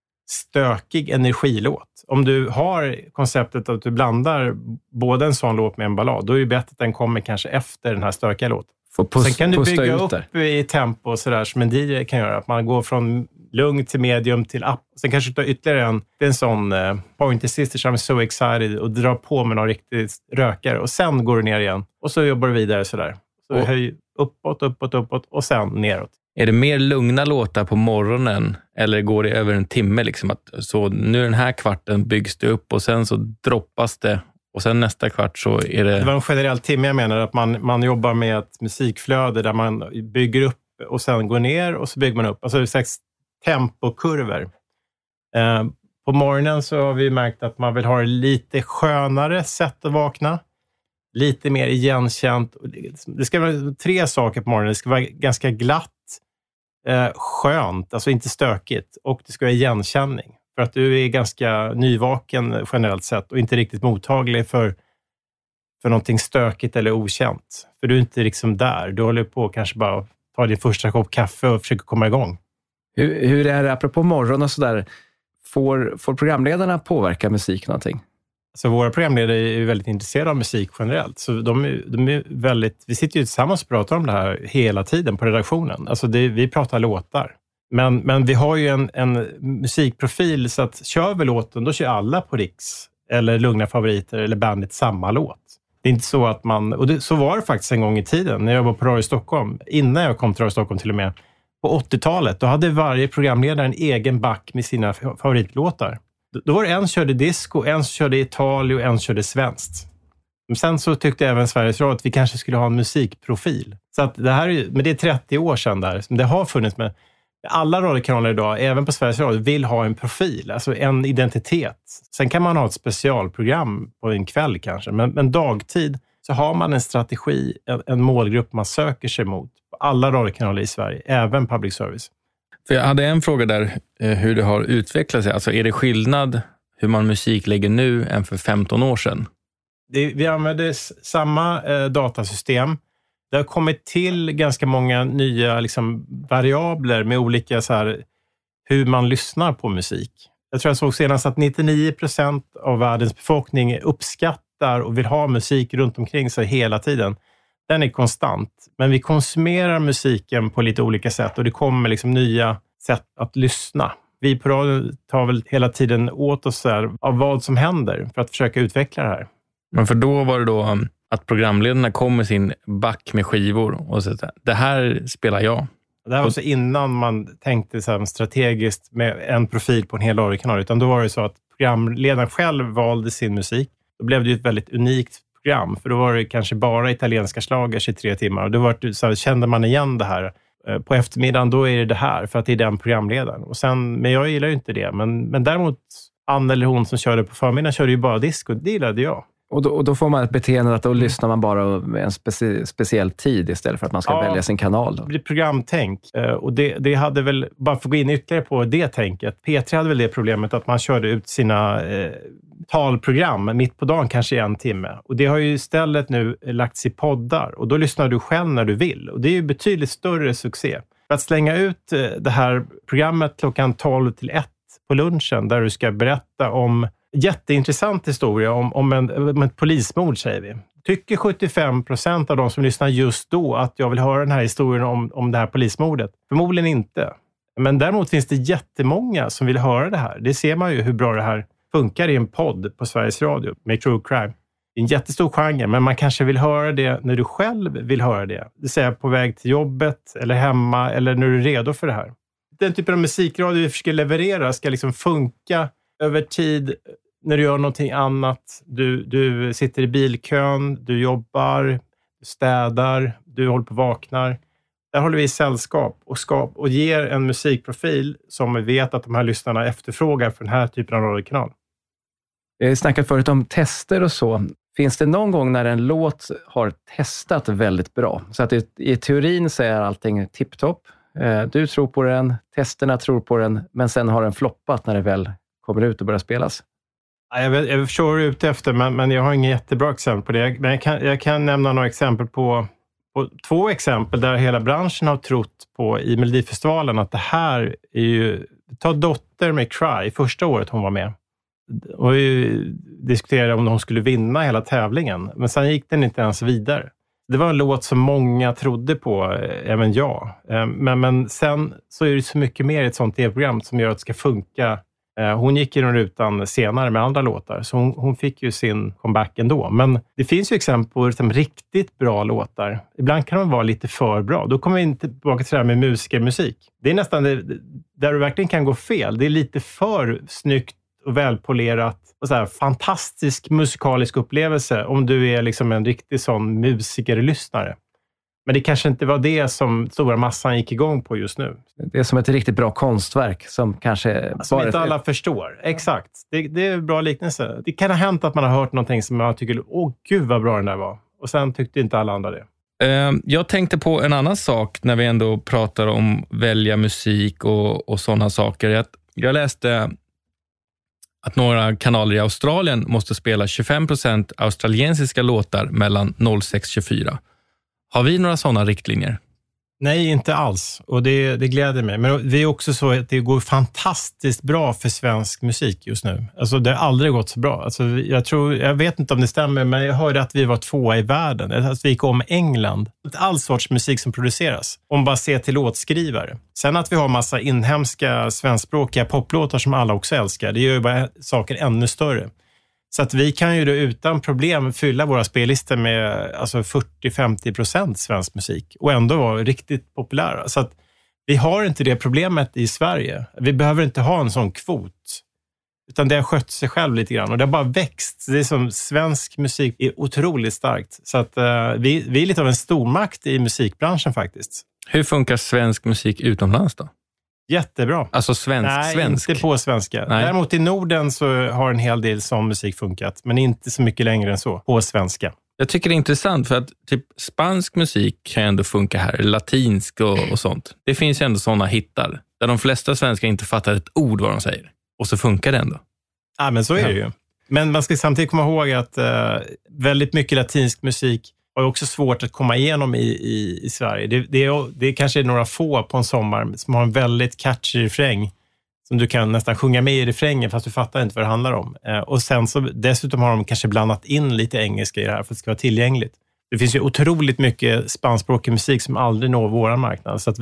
stökig energilåt. Om du har konceptet att du blandar både en sån låt med en ballad, då är det bättre att den kommer kanske efter den här stökiga låten. Sen kan du bygga upp i tempo och sådär som en DJ kan göra. Att man går från lugn till medium till up. Sen kanske du tar ytterligare en sån Pointer Sisters, I'm so excited, och drar på med någon riktigt rökare. Och sen går du ner igen. Och så jobbar du vidare sådär. Så höj uppåt och sen neråt. Är det mer lugna låtar på morgonen eller går det över en timme? Liksom så nu den här kvarten byggs det upp och sen så droppas det. Och sen nästa kvart så är det... Det var en generell timme, jag menar, att man jobbar med ett musikflöde där man bygger upp och sen går ner och så bygger man upp. Alltså 6 tempokurvor. På morgonen så har vi märkt att man vill ha lite skönare sätt att vakna. Lite mer igenkänt. Det ska vara 3 saker på morgonen. Det ska vara ganska glatt, skönt, alltså inte stökigt. Och det ska vara igenkänning. För att du är ganska nyvaken generellt sett och inte riktigt mottaglig för någonting stökigt eller okänt. För du är inte liksom där. Du håller på att kanske bara ta din första kopp kaffe och försöka komma igång. Hur är det, apropå morgon och sådär, får programledarna påverka musik någonting? Så våra programledare är väldigt intresserade av musik generellt. Så de är väldigt... Vi sitter ju tillsammans och pratar om det här hela tiden på redaktionen. Alltså vi pratar låtar. Men vi har ju en musikprofil, så att kör vi låten, då kör alla på Rix eller Lugna Favoriter eller Bandit samma låt. Det är inte så att så var det faktiskt en gång i tiden när jag var på Radio Stockholm, innan jag kom till Radio Stockholm till och med, på 80-talet. Då hade varje programledare en egen back med sina favoritlåtar. Då var det en körde disco, en körde Italien och en körde svenskt. Men sen så tyckte även Sveriges Radio att vi kanske skulle ha en musikprofil. Så att det här men det är 30 år sedan där, som det har funnits med. Alla radiokanaler idag, även på Sveriges Radio, vill ha en profil, alltså en identitet. Sen kan man ha ett specialprogram på en kväll kanske, men dagtid så har man en strategi, en målgrupp man söker sig mot på alla radiokanaler i Sverige, även public service. För jag hade en fråga där, hur det har utvecklat sig. Alltså är det skillnad hur man musik lägger nu än för 15 år sedan? Vi använder samma datasystem. Det har kommit till ganska många nya liksom, variabler med olika så här, hur man lyssnar på musik. Jag tror jag såg senast att 99% av världens befolkning uppskattar och vill ha musik runt omkring sig hela tiden. Den är konstant. Men vi konsumerar musiken på lite olika sätt och det kommer liksom nya sätt att lyssna. Vi på radion tar väl hela tiden åt oss här av vad som händer för att försöka utveckla det här. Men för då var det då att programledarna kom med sin back med skivor och så det här spelar jag. Det här var så innan man tänkte så här strategiskt med en profil på en hel radiokanal, utan då var det så att programledaren själv valde sin musik. Då blev det ju ett väldigt unikt program, för då var det kanske bara italienska schlagers i 3 timmar och då var det, så kände man igen det här. På eftermiddagen då är det här för att det är den programledaren. Och sen, men jag gillar ju inte det. Men däremot Ann eller hon som körde på förmiddagen körde ju bara disco. Det gillade jag. Och då får man ett beteende att då lyssnar man bara med en speciell tid istället för att man ska välja sin kanal. Då. Det blir programtänk. Och det hade väl, bara för att gå in ytterligare på det tänket. P3 hade väl det problemet att man körde ut sina talprogram mitt på dagen, kanske i 1 timme. Och det har ju istället nu lagts i poddar. Och då lyssnar du själv när du vill. Och det är ju betydligt större succé. För att slänga ut det här programmet klockan 12 till 1 på lunchen där du ska berätta om jätteintressant historia om ett polismord, säger vi. Tycker 75% av de som lyssnar just då att jag vill höra den här historien om det här polismordet? Förmodligen inte. Men däremot finns det jättemånga som vill höra det här. Det ser man ju hur bra det här funkar i en podd på Sveriges Radio med True Crime. Det är en jättestor genre, men man kanske vill höra det när du själv vill höra det. Det vill säga på väg till jobbet eller hemma eller när du är redo för det här. Den typen av musikradio vi försöker leverera ska liksom funka över tid när du gör någonting annat. Du sitter i bilkön, du jobbar, du städar, du håller på och vaknar. Där håller vi i sällskap och ger en musikprofil som vi vet att de här lyssnarna efterfrågar för den här typen av radiokanal. Jag har snackat förut om tester och så. Finns det någon gång när en låt har testat väldigt bra? Så att i teorin så är allting tipptopp. Du tror på den, testerna tror på den, men sen har den floppat när det väl kommer ut och börjar spelas. Jag förstår vad du är ute efter, men jag har inga jättebra exempel på det. Men jag kan nämna några exempel på 2 exempel där hela branschen har trott på i Melodifestivalen att det här är ju... Ta Dotter med Cry, första året hon var med. Och vi diskuterade om hon skulle vinna hela tävlingen. Men sen gick den inte ens vidare. Det var en låt som många trodde på, även jag. Men sen så är det så mycket mer i ett sånt tv-program som gör att det ska funka. Hon gick genom rutan senare med andra låtar. Så hon fick ju sin comeback ändå. Men det finns ju exempel på liksom riktigt bra låtar. Ibland kan de vara lite för bra. Då kommer vi inte tillbaka till det här med musikermusik. Det är nästan där du verkligen kan gå fel. Det är lite för snyggt och välpolerat och så här fantastisk musikalisk upplevelse om du är liksom en riktig sån musikerlyssnare. Men det kanske inte var det som stora massan gick igång på just nu. Det är som ett riktigt bra konstverk som kanske... Som inte alla förstår. Exakt. Det är en bra liknelse. Det kan ha hänt att man har hört någonting som man tycker, gud vad bra den där var. Och sen tyckte inte alla andra det. Jag tänkte på en annan sak när vi ändå pratar om välja musik och sådana saker. Jag läste att några kanaler i Australien måste spela 25% australiensiska låtar mellan 06:24. Har vi några sådana riktlinjer? Nej, inte alls. Och det gläder mig. Men det är också så att det går fantastiskt bra för svensk musik just nu. Alltså det har aldrig gått så bra. Alltså, jag vet inte om det stämmer, men jag hörde att vi var 2 i världen. Att vi gick om England. All sorts musik som produceras. Om bara se till låtskrivare. Sen att vi har massa inhemska svenskspråkiga poplåtar som alla också älskar. Det gör ju bara saker ännu större. Så att vi kan ju då utan problem fylla våra spellistor med alltså 40-50% svensk musik och ändå vara riktigt populära. Så att vi har inte det problemet i Sverige. Vi behöver inte ha en sån kvot. Utan det har skött sig själv lite grann och det har bara växt. Det är som svensk musik är otroligt starkt. Så att vi är lite av en stormakt i musikbranschen faktiskt. Hur funkar svensk musik utomlands då? Jättebra. Alltså svensk? Inte på svenska. Nej. Däremot i Norden så har en hel del sån musik funkat. Men inte så mycket längre än så på svenska. Jag tycker det är intressant för att typ spansk musik kan ändå funka här. Latinsk och sånt. Det finns ju ändå såna hittar Där de flesta svenskar inte fattar ett ord vad de säger. Och så funkar det ändå. Ja, men så är det ju. Men man ska samtidigt komma ihåg att väldigt mycket latinsk musik är också svårt att komma igenom i Sverige. Det kanske är några få på en sommar som har en väldigt catchy refräng som du kan nästan sjunga med i refrängen fast du fattar inte vad det handlar om. Och sen så dessutom har de kanske blandat in lite engelska i det här för att det ska vara tillgängligt. Det finns ju otroligt mycket spanskspråkig musik som aldrig når våran marknad. Så att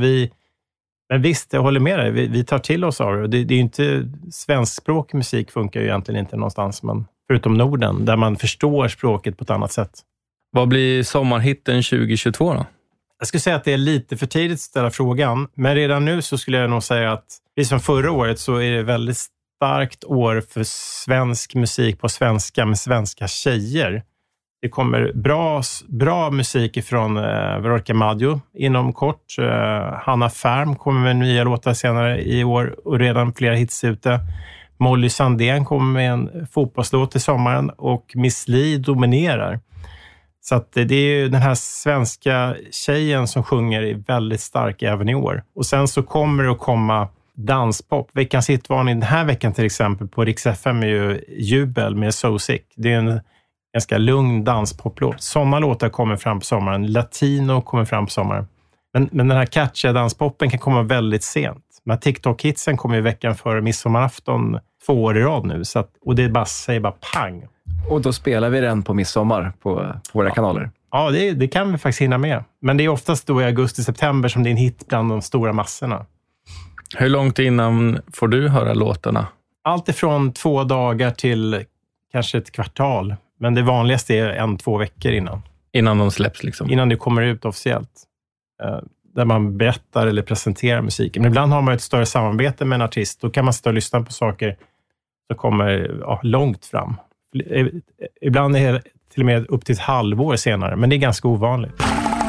men visst, jag håller med dig. Vi tar till oss av det. Det är ju inte svenskspråkig musik funkar ju egentligen inte någonstans, men förutom Norden, där man förstår språket på ett annat sätt. Vad blir sommarhitten 2022 då? Jag skulle säga att det är lite för tidigt att ställa frågan, men redan nu så skulle jag nog säga att precis som förra året så är det väldigt starkt år för svensk musik på svenska med svenska tjejer. Det kommer bra musik från Veronica Maggio inom kort. Hanna Färm kommer med nya låtar senare i år och redan flera hits ute. Molly Sandén kommer med en fotbollslåt i sommaren och Miss Li dominerar. Så att det är ju den här svenska tjejen som sjunger är väldigt stark även i år. Och sen så kommer det att komma danspop. Veckans hitvarning den här veckan till exempel på Rix FM är ju Jubel med So Sick. Det är en ganska lugn danspoplåt. Sådana låtar kommer fram på sommaren. Latino kommer fram på sommaren. Men den här catchiga danspoppen kan komma väldigt sent. Men TikTok-hitsen kommer i veckan före midsommarafton 2 år i rad nu. Så att, och det säger bara pang. Och då spelar vi den på midsommar på våra kanaler. Ja, det kan vi faktiskt hinna med. Men det är oftast då i augusti-september som det är en hit bland de stora massorna. Hur långt innan får du höra låtarna? Allt ifrån 2 dagar till kanske ett kvartal. Men det vanligaste är 1-2 veckor innan. Innan de släpps liksom? Innan det kommer ut officiellt. Där man berättar eller presenterar musiken. Men ibland har man ett större samarbete med en artist. Då kan man stå och lyssna på saker som kommer långt fram. Ibland är det till och med upp till ett halvår senare. Men det är ganska ovanligt.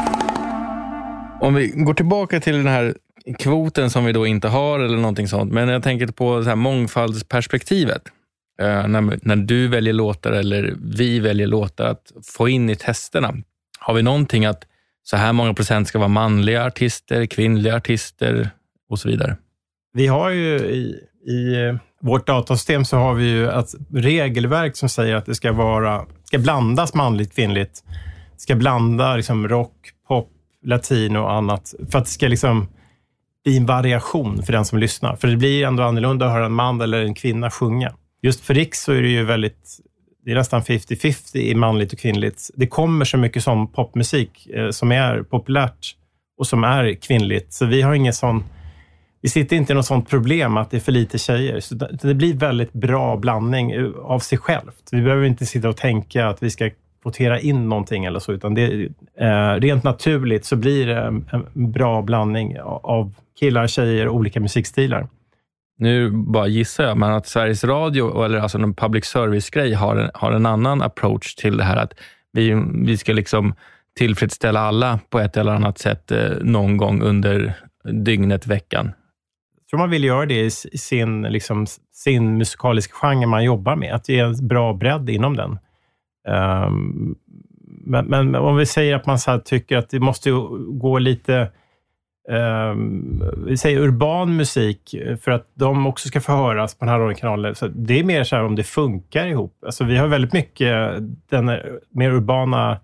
Om vi går tillbaka till den här kvoten som vi då inte har eller någonting sånt. Men jag tänker på så här mångfaldsperspektivet. När du väljer låtar eller vi väljer låtar att få in i testerna. Har vi någonting att så här många procent ska vara manliga artister, kvinnliga artister och så vidare? Vi har ju i vårt datasystem så har vi ju ett regelverk som säger att det ska blandas manligt, kvinnligt. Ska blanda liksom rock, pop, latino och annat. För att det ska liksom bli en variation för den som lyssnar. För det blir ändå annorlunda att höra en man eller en kvinna sjunga. Just för Rix så är det ju det är nästan 50-50 i manligt och kvinnligt. Det kommer så mycket som popmusik som är populärt och som är kvinnligt. Så vi har vi sitter inte i något sånt problem att det är för lite tjejer. Så det blir väldigt bra blandning av sig självt. Vi behöver inte sitta och tänka att vi ska kvotera in någonting eller så, utan rent naturligt så blir det en bra blandning av killar, tjejer och olika musikstilar. Nu bara gissar jag, men att Sveriges Radio eller alltså en public service-grej har en annan approach till det här, att vi ska liksom tillfredsställa alla på ett eller annat sätt någon gång under dygnet, veckan. Jag tror man vill göra det i sin musikaliska genre man jobbar med, att ge en bra bredd inom den. Men om vi säger att man så här tycker att det måste gå lite vi säger urban musik för att de också ska få höras på den här radiokanalen. Så det är mer så här om det funkar ihop. Alltså vi har väldigt mycket den mer urbana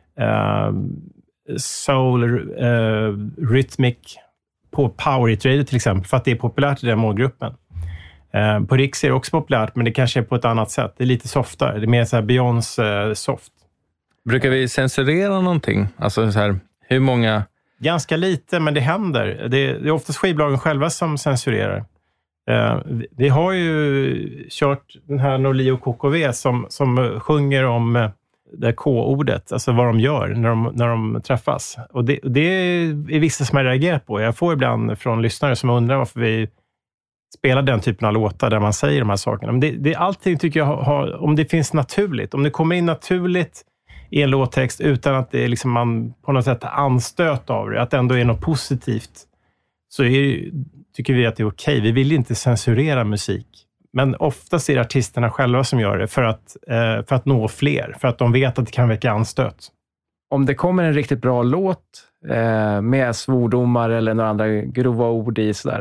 soul, rhythmic på Power Hit Radio till exempel, för att det är populärt i den målgruppen. På Rix är det också populärt, men det kanske är på ett annat sätt. Det är lite softare. Det är mer så här Beyoncé soft. Brukar vi censurera någonting? Alltså så här, hur många? Ganska lite, men det händer. Det är oftast skivbolagen själva som censurerar. Vi har ju kört den här Norli och KKV som sjunger om det K-ordet, alltså vad de gör när de träffas. Och det är vissa som jag reagerar på. Jag får ibland från lyssnare som undrar varför vi spelar den typen av låtar där man säger de här sakerna. Men det allting tycker jag om det finns naturligt. Om det kommer in naturligt i en låttext utan att det är liksom man på något sätt anstöt av det, att det ändå är något positivt, så tycker vi att det är okej. Vi vill inte censurera musik. Men oftast är det artisterna själva som gör det för att nå fler. För att de vet att det kan väcka anstöt. Om det kommer en riktigt bra låt med svordomar eller några andra grova ord i sådär,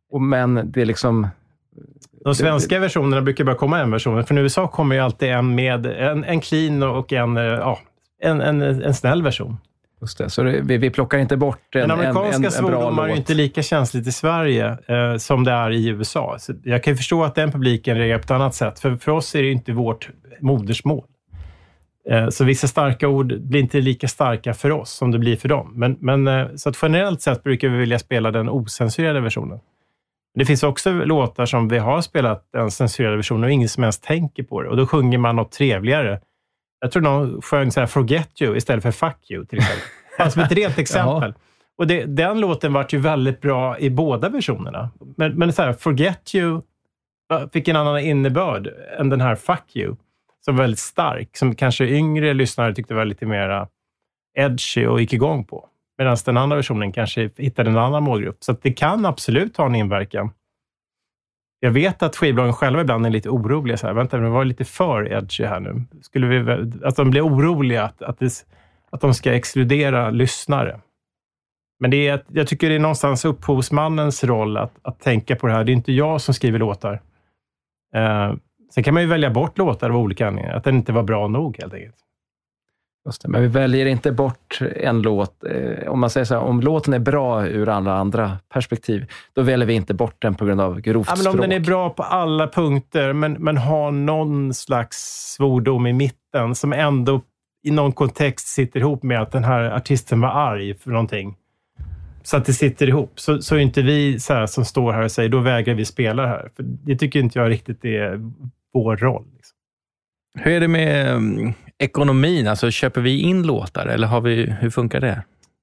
Men det är liksom... De svenska versionerna brukar bara komma en version. Från USA kommer ju alltid en med en clean och en snäll version. Just det, så vi plockar inte bort en bra låt. Den amerikanska svordomar är inte lika känsligt i Sverige som det är i USA. Så jag kan ju förstå att den publiken reagerar på ett annat sätt. För oss är det inte vårt modersmål. Så vissa starka ord blir inte lika starka för oss som det blir för dem. Men så att generellt sett brukar vi vilja spela den ocensurerade versionen. Det finns också låtar som vi har spelat den censurerade versionen och ingen som helst tänker på det. Och då sjunger man något trevligare. Jag tror någon sjöng så här Forget You istället för Fuck You till exempel. Alltså ett rent exempel. Och den låten var ju väldigt bra i båda versionerna. Men så här, Forget You fick en annan innebörd än den här Fuck You. Som var väldigt stark. Som kanske yngre lyssnare tyckte var lite mer edgy och gick igång på. Medan den andra versionen kanske hittade en annan målgrupp. Så att det kan absolut ha en inverkan. Jag vet att skivbolagen själva ibland är lite oroliga. Så här, vänta, det var lite för edgy här nu. Att de blir oroliga att de ska exkludera lyssnare. Men jag tycker det är någonstans upphovsmannens roll att tänka på det här. Det är inte jag som skriver låtar. Sen kan man ju välja bort låtar av olika anledningar. Att den inte var bra nog helt enkelt. Just det, men vi väljer inte bort en låt. Om man säger så här, om låten är bra ur alla andra perspektiv, då väljer vi inte bort den på grund av grovt språk. Men om den är bra på alla punkter, men har någon slags svordom i mitten som ändå i någon kontext sitter ihop med att den här artisten var arg för någonting. Så att det sitter ihop. Så är inte vi så här, som står här och säger, då vägrar vi spela här. För det tycker inte jag riktigt är vår roll. Liksom. Hur är det med ekonomin? Alltså köper vi in låtar eller hur funkar det?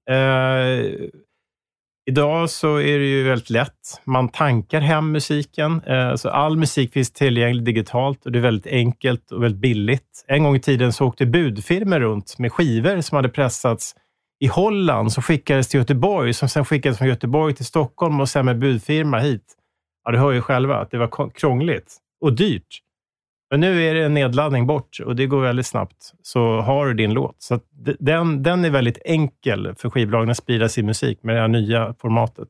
Idag så är det ju väldigt lätt. Man tankar hem musiken. Så all musik finns tillgänglig digitalt och det är väldigt enkelt och väldigt billigt. En gång i tiden så åkte budfirmor runt med skivor som hade pressats i Holland, som skickades till Göteborg, som sen skickades från Göteborg till Stockholm och sen med budfirma hit. Ja, du hör ju själva att det var krångligt och dyrt. Men nu är det en nedladdning bort och det går väldigt snabbt. Så har du din låt. Så att den är väldigt enkel för skivbolagen att sprida sin musik med det här nya formatet.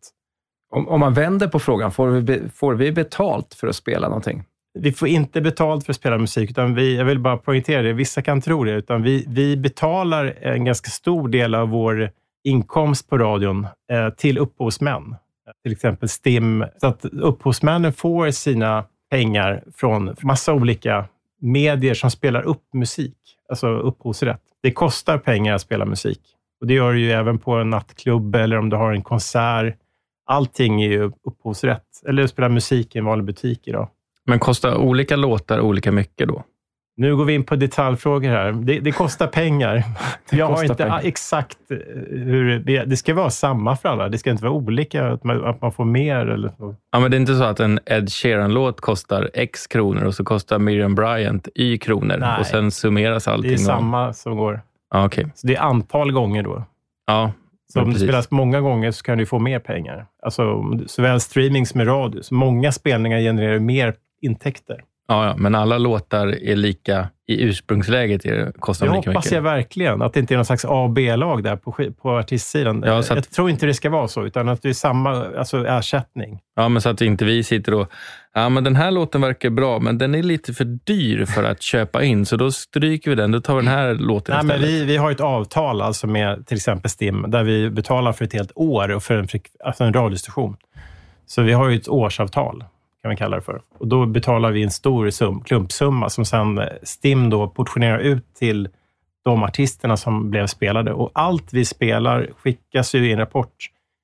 Om man vänder på frågan, får vi betalt för att spela någonting? Vi får inte betalt för att spela musik, utan jag vill bara poängtera det, vissa kan tro det, utan vi betalar en ganska stor del av vår inkomst på radion till upphovsmän. Till exempel STIM. Så att upphovsmännen får sina pengar från massa olika medier som spelar upp musik. Alltså upphovsrätt. Det kostar pengar att spela musik. Och det gör det ju även på en nattklubb eller om du har en konsert. Allting är ju upphovsrätt. Eller att spela musik i en vanlig butik idag. Men kostar olika låtar olika mycket då? Nu går vi in på detaljfrågor här. Det kostar pengar. Jag har inte pengar. Exakt hur det ska vara samma för alla. Det ska inte vara olika, att man får mer eller så. Ja, men det är inte så att en Ed Sheeran-låt kostar X kronor och så kostar Miriam Bryant Y kronor. Nej, och sen summeras allting. Det är samma som går. Ja, okej. Så det är antal gånger då. Ja. Så om det spelas många gånger så kan du få mer pengar. Alltså såväl streaming som radio. Så många spelningar genererar mer intäkter. Ja, men alla låtar är lika i ursprungsläget, kostar lika mycket. Jag hoppas verkligen att det inte är någon slags A- och B-lag där på artistsidan. Ja, jag tror inte det ska vara så, utan att det är samma ersättning. Ja, men så att inte vi sitter och men den här låten verkar bra, men den är lite för dyr för att köpa in, så då stryker vi den, då tar vi den här låten istället. Men vi har ett avtal alltså med till exempel STIM, där vi betalar för ett helt år och för en radiostation. Så vi har ju ett årsavtal, kan man kalla det för. Och då betalar vi en stor klumpsumma som sen STIM då portionerar ut till de artisterna som blev spelade. Och allt vi spelar skickas ju i en rapport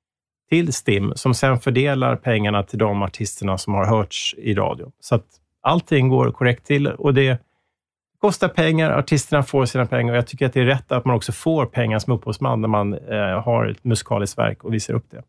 till STIM som sen fördelar pengarna till de artisterna som har hörts i radio. Så att allting går korrekt till och det kostar pengar, artisterna får sina pengar och jag tycker att det är rätt att man också får pengar som upphovsman när man har ett musikaliskt verk och visar upp det.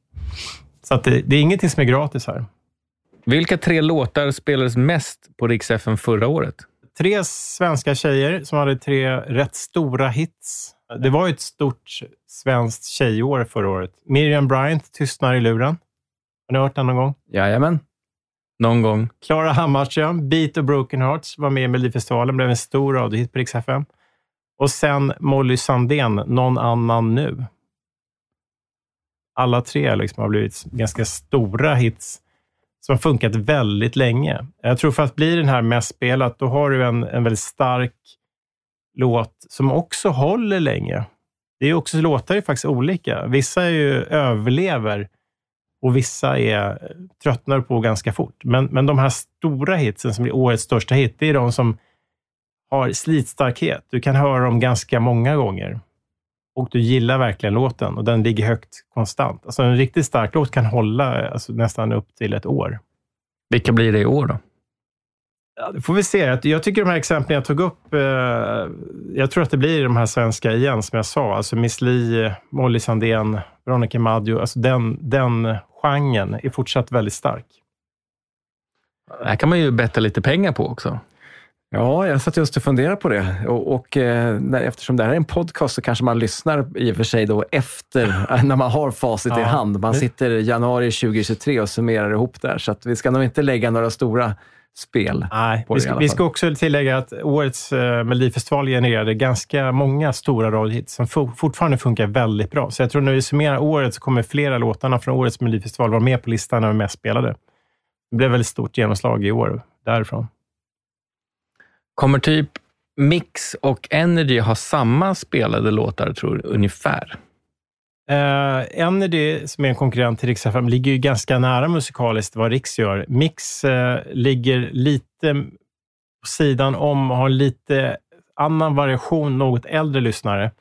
Så att det är ingenting som är gratis här. Vilka 3 låtar spelades mest på Rix FM förra året? 3 svenska tjejer som hade 3 rätt stora hits. Det var ett stort svenskt tjejår förra året. Miriam Bryant, Tystnar i luren. Har ni hört den någon gång? Jajamän. Någon gång. Klara Hammarström, Beat och Broken Hearts var med i Melodifestivalen. Blev en stor radiohit på Rix FM. Och sen Molly Sandén, Någon annan nu. Alla 3 liksom har blivit ganska stora hits. som har funkat väldigt länge. Jag tror för att bli den här mest spelat, då har du en väldigt stark låt som också håller länge. Det är också, låtar är faktiskt olika. Vissa är ju överlever och vissa är tröttnar på ganska fort. Men de här stora hitsen som är årets största hit, det är de som har slitstarkhet. Du kan höra dem ganska många gånger. Och du gillar verkligen låten och den ligger högt konstant. Alltså en riktigt stark låt kan hålla nästan upp till ett år. Vilka blir det i år då? Ja, det får vi se. Jag tycker de här exemplen jag tog upp, jag tror att det blir de här svenska igen som jag sa. Alltså Miss Li, Molly Sandén, Veronica Maggio. Alltså den genren är fortsatt väldigt stark. Det här kan man ju betta lite pengar på också. Ja, jag satt just och funderade på det. Och eftersom det här är en podcast så kanske man lyssnar i och för sig då efter när man har facit i hand. Man sitter i januari 2023 och summerar ihop där. Så att vi ska nog inte lägga några stora spel. Nej, på vi ska också tillägga att årets Melodifestival genererade ganska många stora radiohits som fortfarande funkar väldigt bra. Så jag tror när vi summerar året så kommer flera låtarna från årets Melodifestival vara med på listan när vi mest spelade. Det blev väldigt stort genomslag i år därifrån. Kommer typ Mix och Energy ha samma spelade låtar, tror du, ungefär? Energy, som är en konkurrent till Rix FM, ligger ju ganska nära musikaliskt vad Rix gör. Mix ligger lite på sidan om, har lite annan variation, något äldre lyssnare.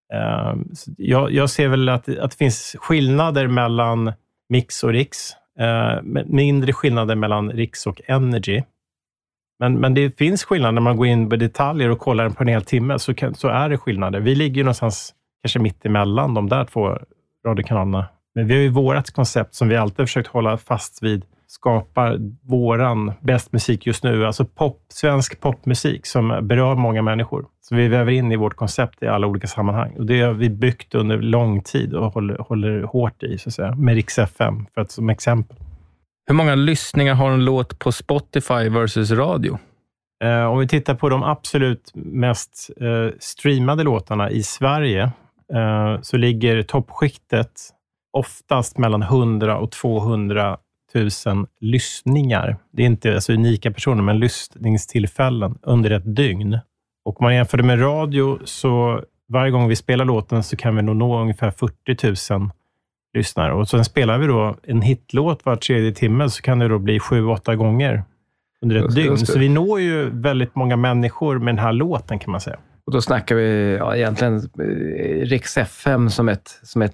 Jag ser väl att det finns skillnader mellan Mix och Rix. Mindre skillnader mellan Rix och Energy. Men det finns skillnader när man går in på detaljer och kollar på en hel timme, så är det skillnader. Vi ligger någonstans kanske mitt emellan de där två radiokanalerna. Men vi har ju vårat koncept som vi alltid försökt hålla fast vid. Skapar våran bäst musik just nu. Alltså svensk popmusik som berör många människor. Så vi väver in i vårt koncept i alla olika sammanhang. Och det har vi byggt under lång tid och håller hårt i, så att säga. Med Rix FM, för att som exempel. Hur många lyssningar har en låt på Spotify versus radio? Om vi tittar på de absolut mest streamade låtarna i Sverige så ligger toppskiktet oftast mellan 100 och 200 000 lyssningar. Det är inte alltså unika personer, men lyssningstillfällen under ett dygn. Och om man jämför det med radio, så varje gång vi spelar låten så kan vi nog nå ungefär 40 000 lyssnare. Och sen spelar vi då en hitlåt var tredje timme, så kan det då bli 7-8 gånger under ett dygn. Så vi når ju väldigt många människor med den här låten, kan man säga. Och då snackar vi egentligen Rix FM som ett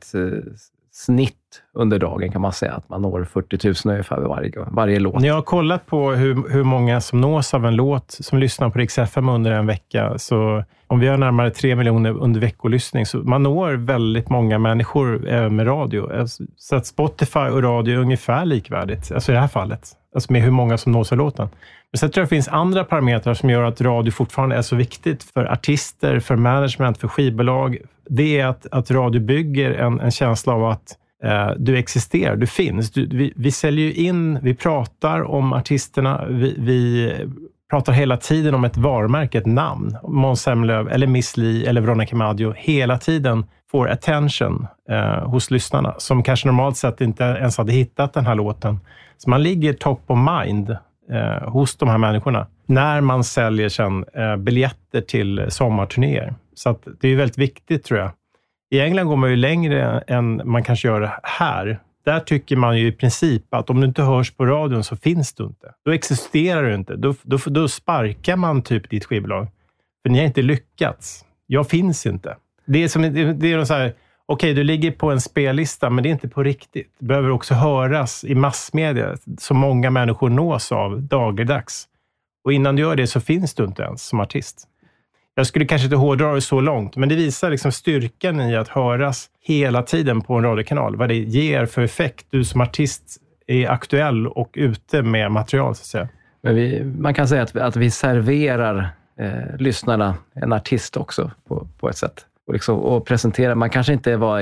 snitt under dagen, kan man säga. Att man når 40 000 ungefär varje låt. När jag har kollat på hur många som nås av en låt som lyssnar på Rix FM under en vecka, så om vi har närmare 3 miljoner under veckolyssning, så man når väldigt många människor med radio. Så att Spotify och radio är ungefär likvärdigt, alltså i det här fallet. Alltså med hur många som nås av låten. Men sen tror jag det finns andra parametrar som gör att radio fortfarande är så viktigt för artister, för management, för skivbolag. Det är att radio bygger en känsla av att du existerar, du finns. Vi säljer ju in, vi pratar om artisterna, vi pratar hela tiden om ett varumärke, ett namn. Måns Zelmerlöw eller Miss Li eller Veronica Maggio hela tiden får attention hos lyssnarna, som kanske normalt sett inte ens hade hittat den här låten. Så man ligger top of mind hos de här människorna när man säljer sen biljetter till sommarturnéer. Så att det är väldigt viktigt, tror jag. I England går man ju längre än man kanske gör här. Där tycker man ju i princip att om du inte hörs på radion så finns du inte. Då existerar du inte. Då sparkar man typ ditt skivbolag. För ni har inte lyckats. Jag finns inte. Det är så här, okej, du ligger på en spellista, men det är inte på riktigt. Det behöver också höras i massmedia så många människor nås av dagligdags. Och innan du gör det så finns du inte ens som artist. Jag skulle kanske inte hårdra det så långt, men det visar liksom styrkan i att höras hela tiden på en radiokanal. Vad det ger för effekt. Du som artist är aktuell och ute med material, så att säga. Men man kan säga att vi serverar lyssnarna en artist också på ett sätt. Och presentera. Man kanske inte var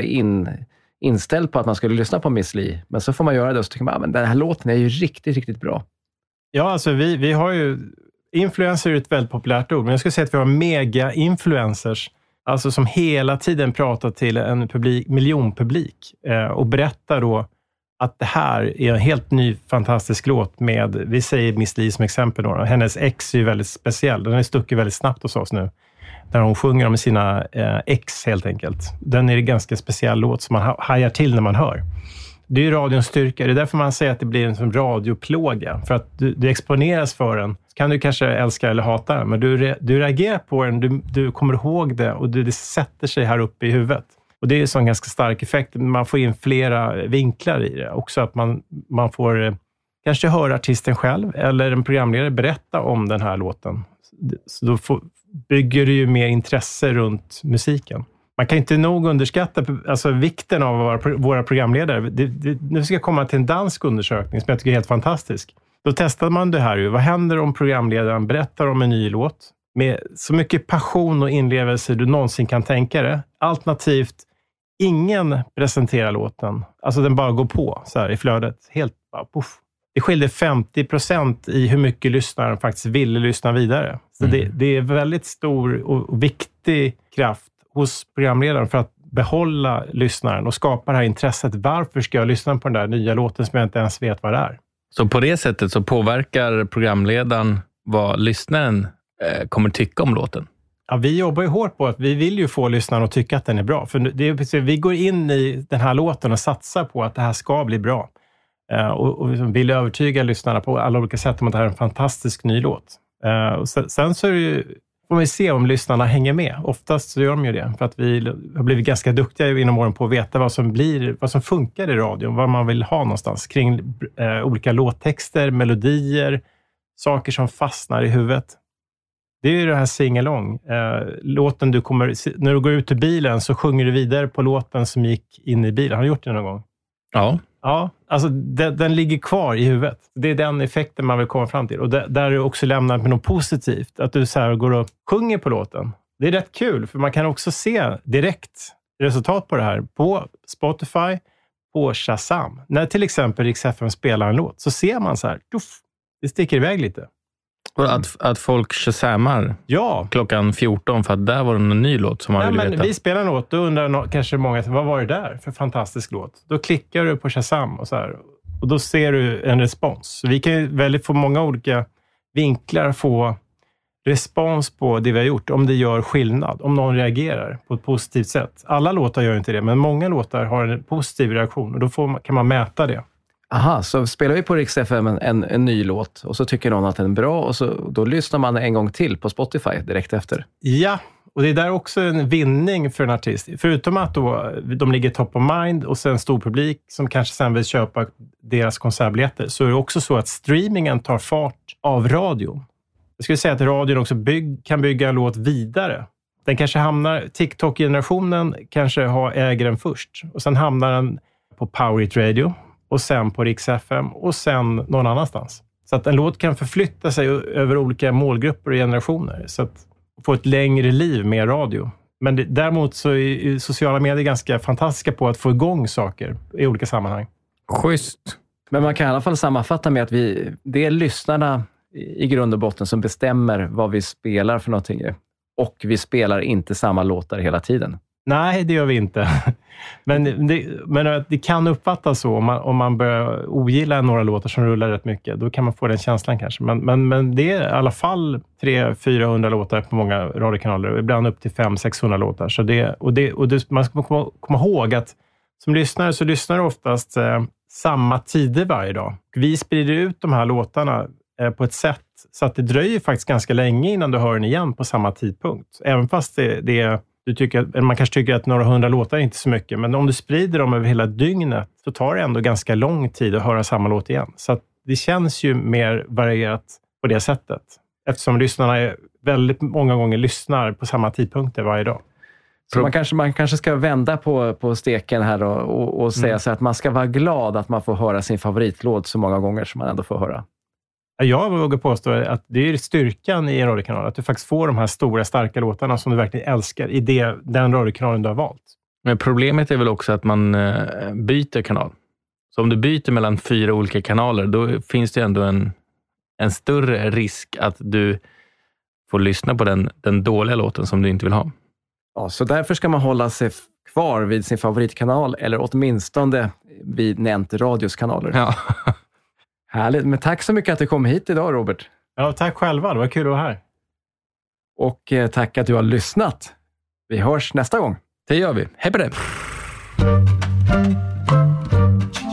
inställd på att man skulle lyssna på Miss Li, men så får man göra det och så tycker man men den här låten är ju riktigt, riktigt bra. Ja, alltså vi har ju... Influencer är ett väldigt populärt ord, men jag skulle säga att vi har mega-influencers, alltså som hela tiden pratar till en miljonpublik och berättar då att det här är en helt ny fantastisk låt med, vi säger Miss Li som exempel då. Hennes ex är ju väldigt speciell. Den är stuckit väldigt snabbt hos oss nu. Där hon sjunger om sina ex helt enkelt. Den är en ganska speciell låt som man hajar till när man hör. Det är ju radions styrka. Det är därför man säger att det blir en som radioplåga. För att du exponeras för den. Så kan du kanske älska eller hata den. Men du reagerar på den. Du kommer ihåg det. Och det sätter sig här uppe i huvudet. Och det är en sån ganska stark effekt. Man får in flera vinklar i det. Också att man får kanske höra artisten själv. Eller en programledare berätta om den här låten. Så då bygger det ju mer intresse runt musiken. Man kan inte nog underskatta alltså, vikten av våra programledare. Nu ska jag komma till en dansk undersökning som jag tycker är helt fantastisk. Då testade man det här ju. Vad händer om programledaren berättar om en ny låt med så mycket passion och inlevelse du någonsin kan tänka dig. Alternativt, ingen presenterar låten. Alltså den bara går på så här i flödet. Helt bara puff. Det skilde 50% i hur mycket lyssnaren faktiskt ville lyssna vidare. Så det är väldigt stor och viktig kraft hos programledaren för att behålla lyssnaren och skapa det här intresset. Varför ska jag lyssna på den där nya låten som jag inte ens vet vad det är? Så på det sättet så påverkar programledaren vad lyssnaren kommer tycka om låten? Ja, vi jobbar ju hårt på att vi vill ju få lyssnaren att tycka att den är bra. För det är precis, vi går in i den här låten och satsar på att det här ska bli bra. Och vill övertyga lyssnarna på alla olika sätt om att det här är en fantastisk ny låt. Och sen så är det ju, får vi se om lyssnarna hänger med. Oftast så gör de ju det. För att vi har blivit ganska duktiga inom åren på att veta vad som funkar i radion. Vad man vill ha någonstans. Kring olika låttexter, melodier, saker som fastnar i huvudet. Det är ju det här sing-along. Låten när du går ut ur bilen så sjunger du vidare på låten som gick in i bilen. Har du gjort det någon gång? Ja. Ja, alltså den ligger kvar i huvudet. Det är den effekten man vill komma fram till. Och där är du också lämnat med något positivt. Att du så här går och sjunger på låten. Det är rätt kul, för man kan också se direkt resultat på det här. På Spotify, på Shazam. När till exempel Rix FM spelar en låt så ser man så här, det sticker iväg lite. Och att folk shazamar klockan 14 för att där var det en ny låt som man ville veta. Vi spelar en låt, då undrar kanske många, vad var det där för fantastisk låt? Då klickar du på Shazam och så här, och då ser du en respons. Så vi kan ju få många olika vinklar få respons på det vi har gjort, om det gör skillnad, om någon reagerar på ett positivt sätt. Alla låtar gör inte det, men många låtar har en positiv reaktion och då kan man mäta det. Aha, så spelar vi på Rix FM en ny låt och så tycker någon att den är bra och då lyssnar man en gång till på Spotify direkt efter. Ja, och det är där också en vinning för en artist. Förutom att då de ligger top of mind och sen stor publik som kanske sen vill köpa deras konsertbiljetter, så är det också så att streamingen tar fart av radio. Jag skulle säga att radion också kan bygga en låt vidare. Den kanske hamnar, TikTok-generationen kanske äger den först och sen hamnar den på Power It Radio. Och sen på Rix FM och sen någon annanstans. Så att en låt kan förflytta sig över olika målgrupper och generationer. Så att få ett längre liv med radio. Men däremot så är sociala medier ganska fantastiska på att få igång saker i olika sammanhang. Schysst. Men man kan i alla fall sammanfatta med att det är lyssnarna i grund och botten som bestämmer vad vi spelar för någonting. Och vi spelar inte samma låtar hela tiden. Nej, det gör vi inte. Men det kan uppfattas så om man börjar ogilla några låtar som rullar rätt mycket. Då kan man få den känslan kanske. Men det är i alla fall 300-400 låtar på många radiokanaler. Och ibland upp till 500-600 låtar. Så man ska komma ihåg att som lyssnare så lyssnar du oftast samma tider varje dag. Vi sprider ut de här låtarna på ett sätt så att det dröjer faktiskt ganska länge innan du hör den igen på samma tidpunkt. Även fast man kanske tycker att några 100 låtar är inte så mycket, men om du sprider dem över hela dygnet så tar det ändå ganska lång tid att höra samma låt igen. Så att det känns ju mer varierat på det sättet. Eftersom lyssnarna väldigt många gånger lyssnar på samma tidpunkter varje dag. Så man kanske ska vända på steken här och säga så att man ska vara glad att man får höra sin favoritlåt så många gånger som man ändå får höra. Jag vågar påstå att det är styrkan i en radiokanal. Att du faktiskt får de här stora, starka låtarna som du verkligen älskar i den radiokanalen du har valt. Men problemet är väl också att man byter kanal. Så om du byter mellan 4 olika kanaler, då finns det ändå en större risk att du får lyssna på den dåliga låten som du inte vill ha. Ja, så därför ska man hålla sig kvar vid sin favoritkanal eller åtminstone vid Nent Radios kanaler. Ja. Härligt, men tack så mycket att du kom hit idag, Robert. Ja, tack själva. Det var kul att vara här. Och tack att du har lyssnat. Vi hörs nästa gång. Det gör vi. Hej på dig!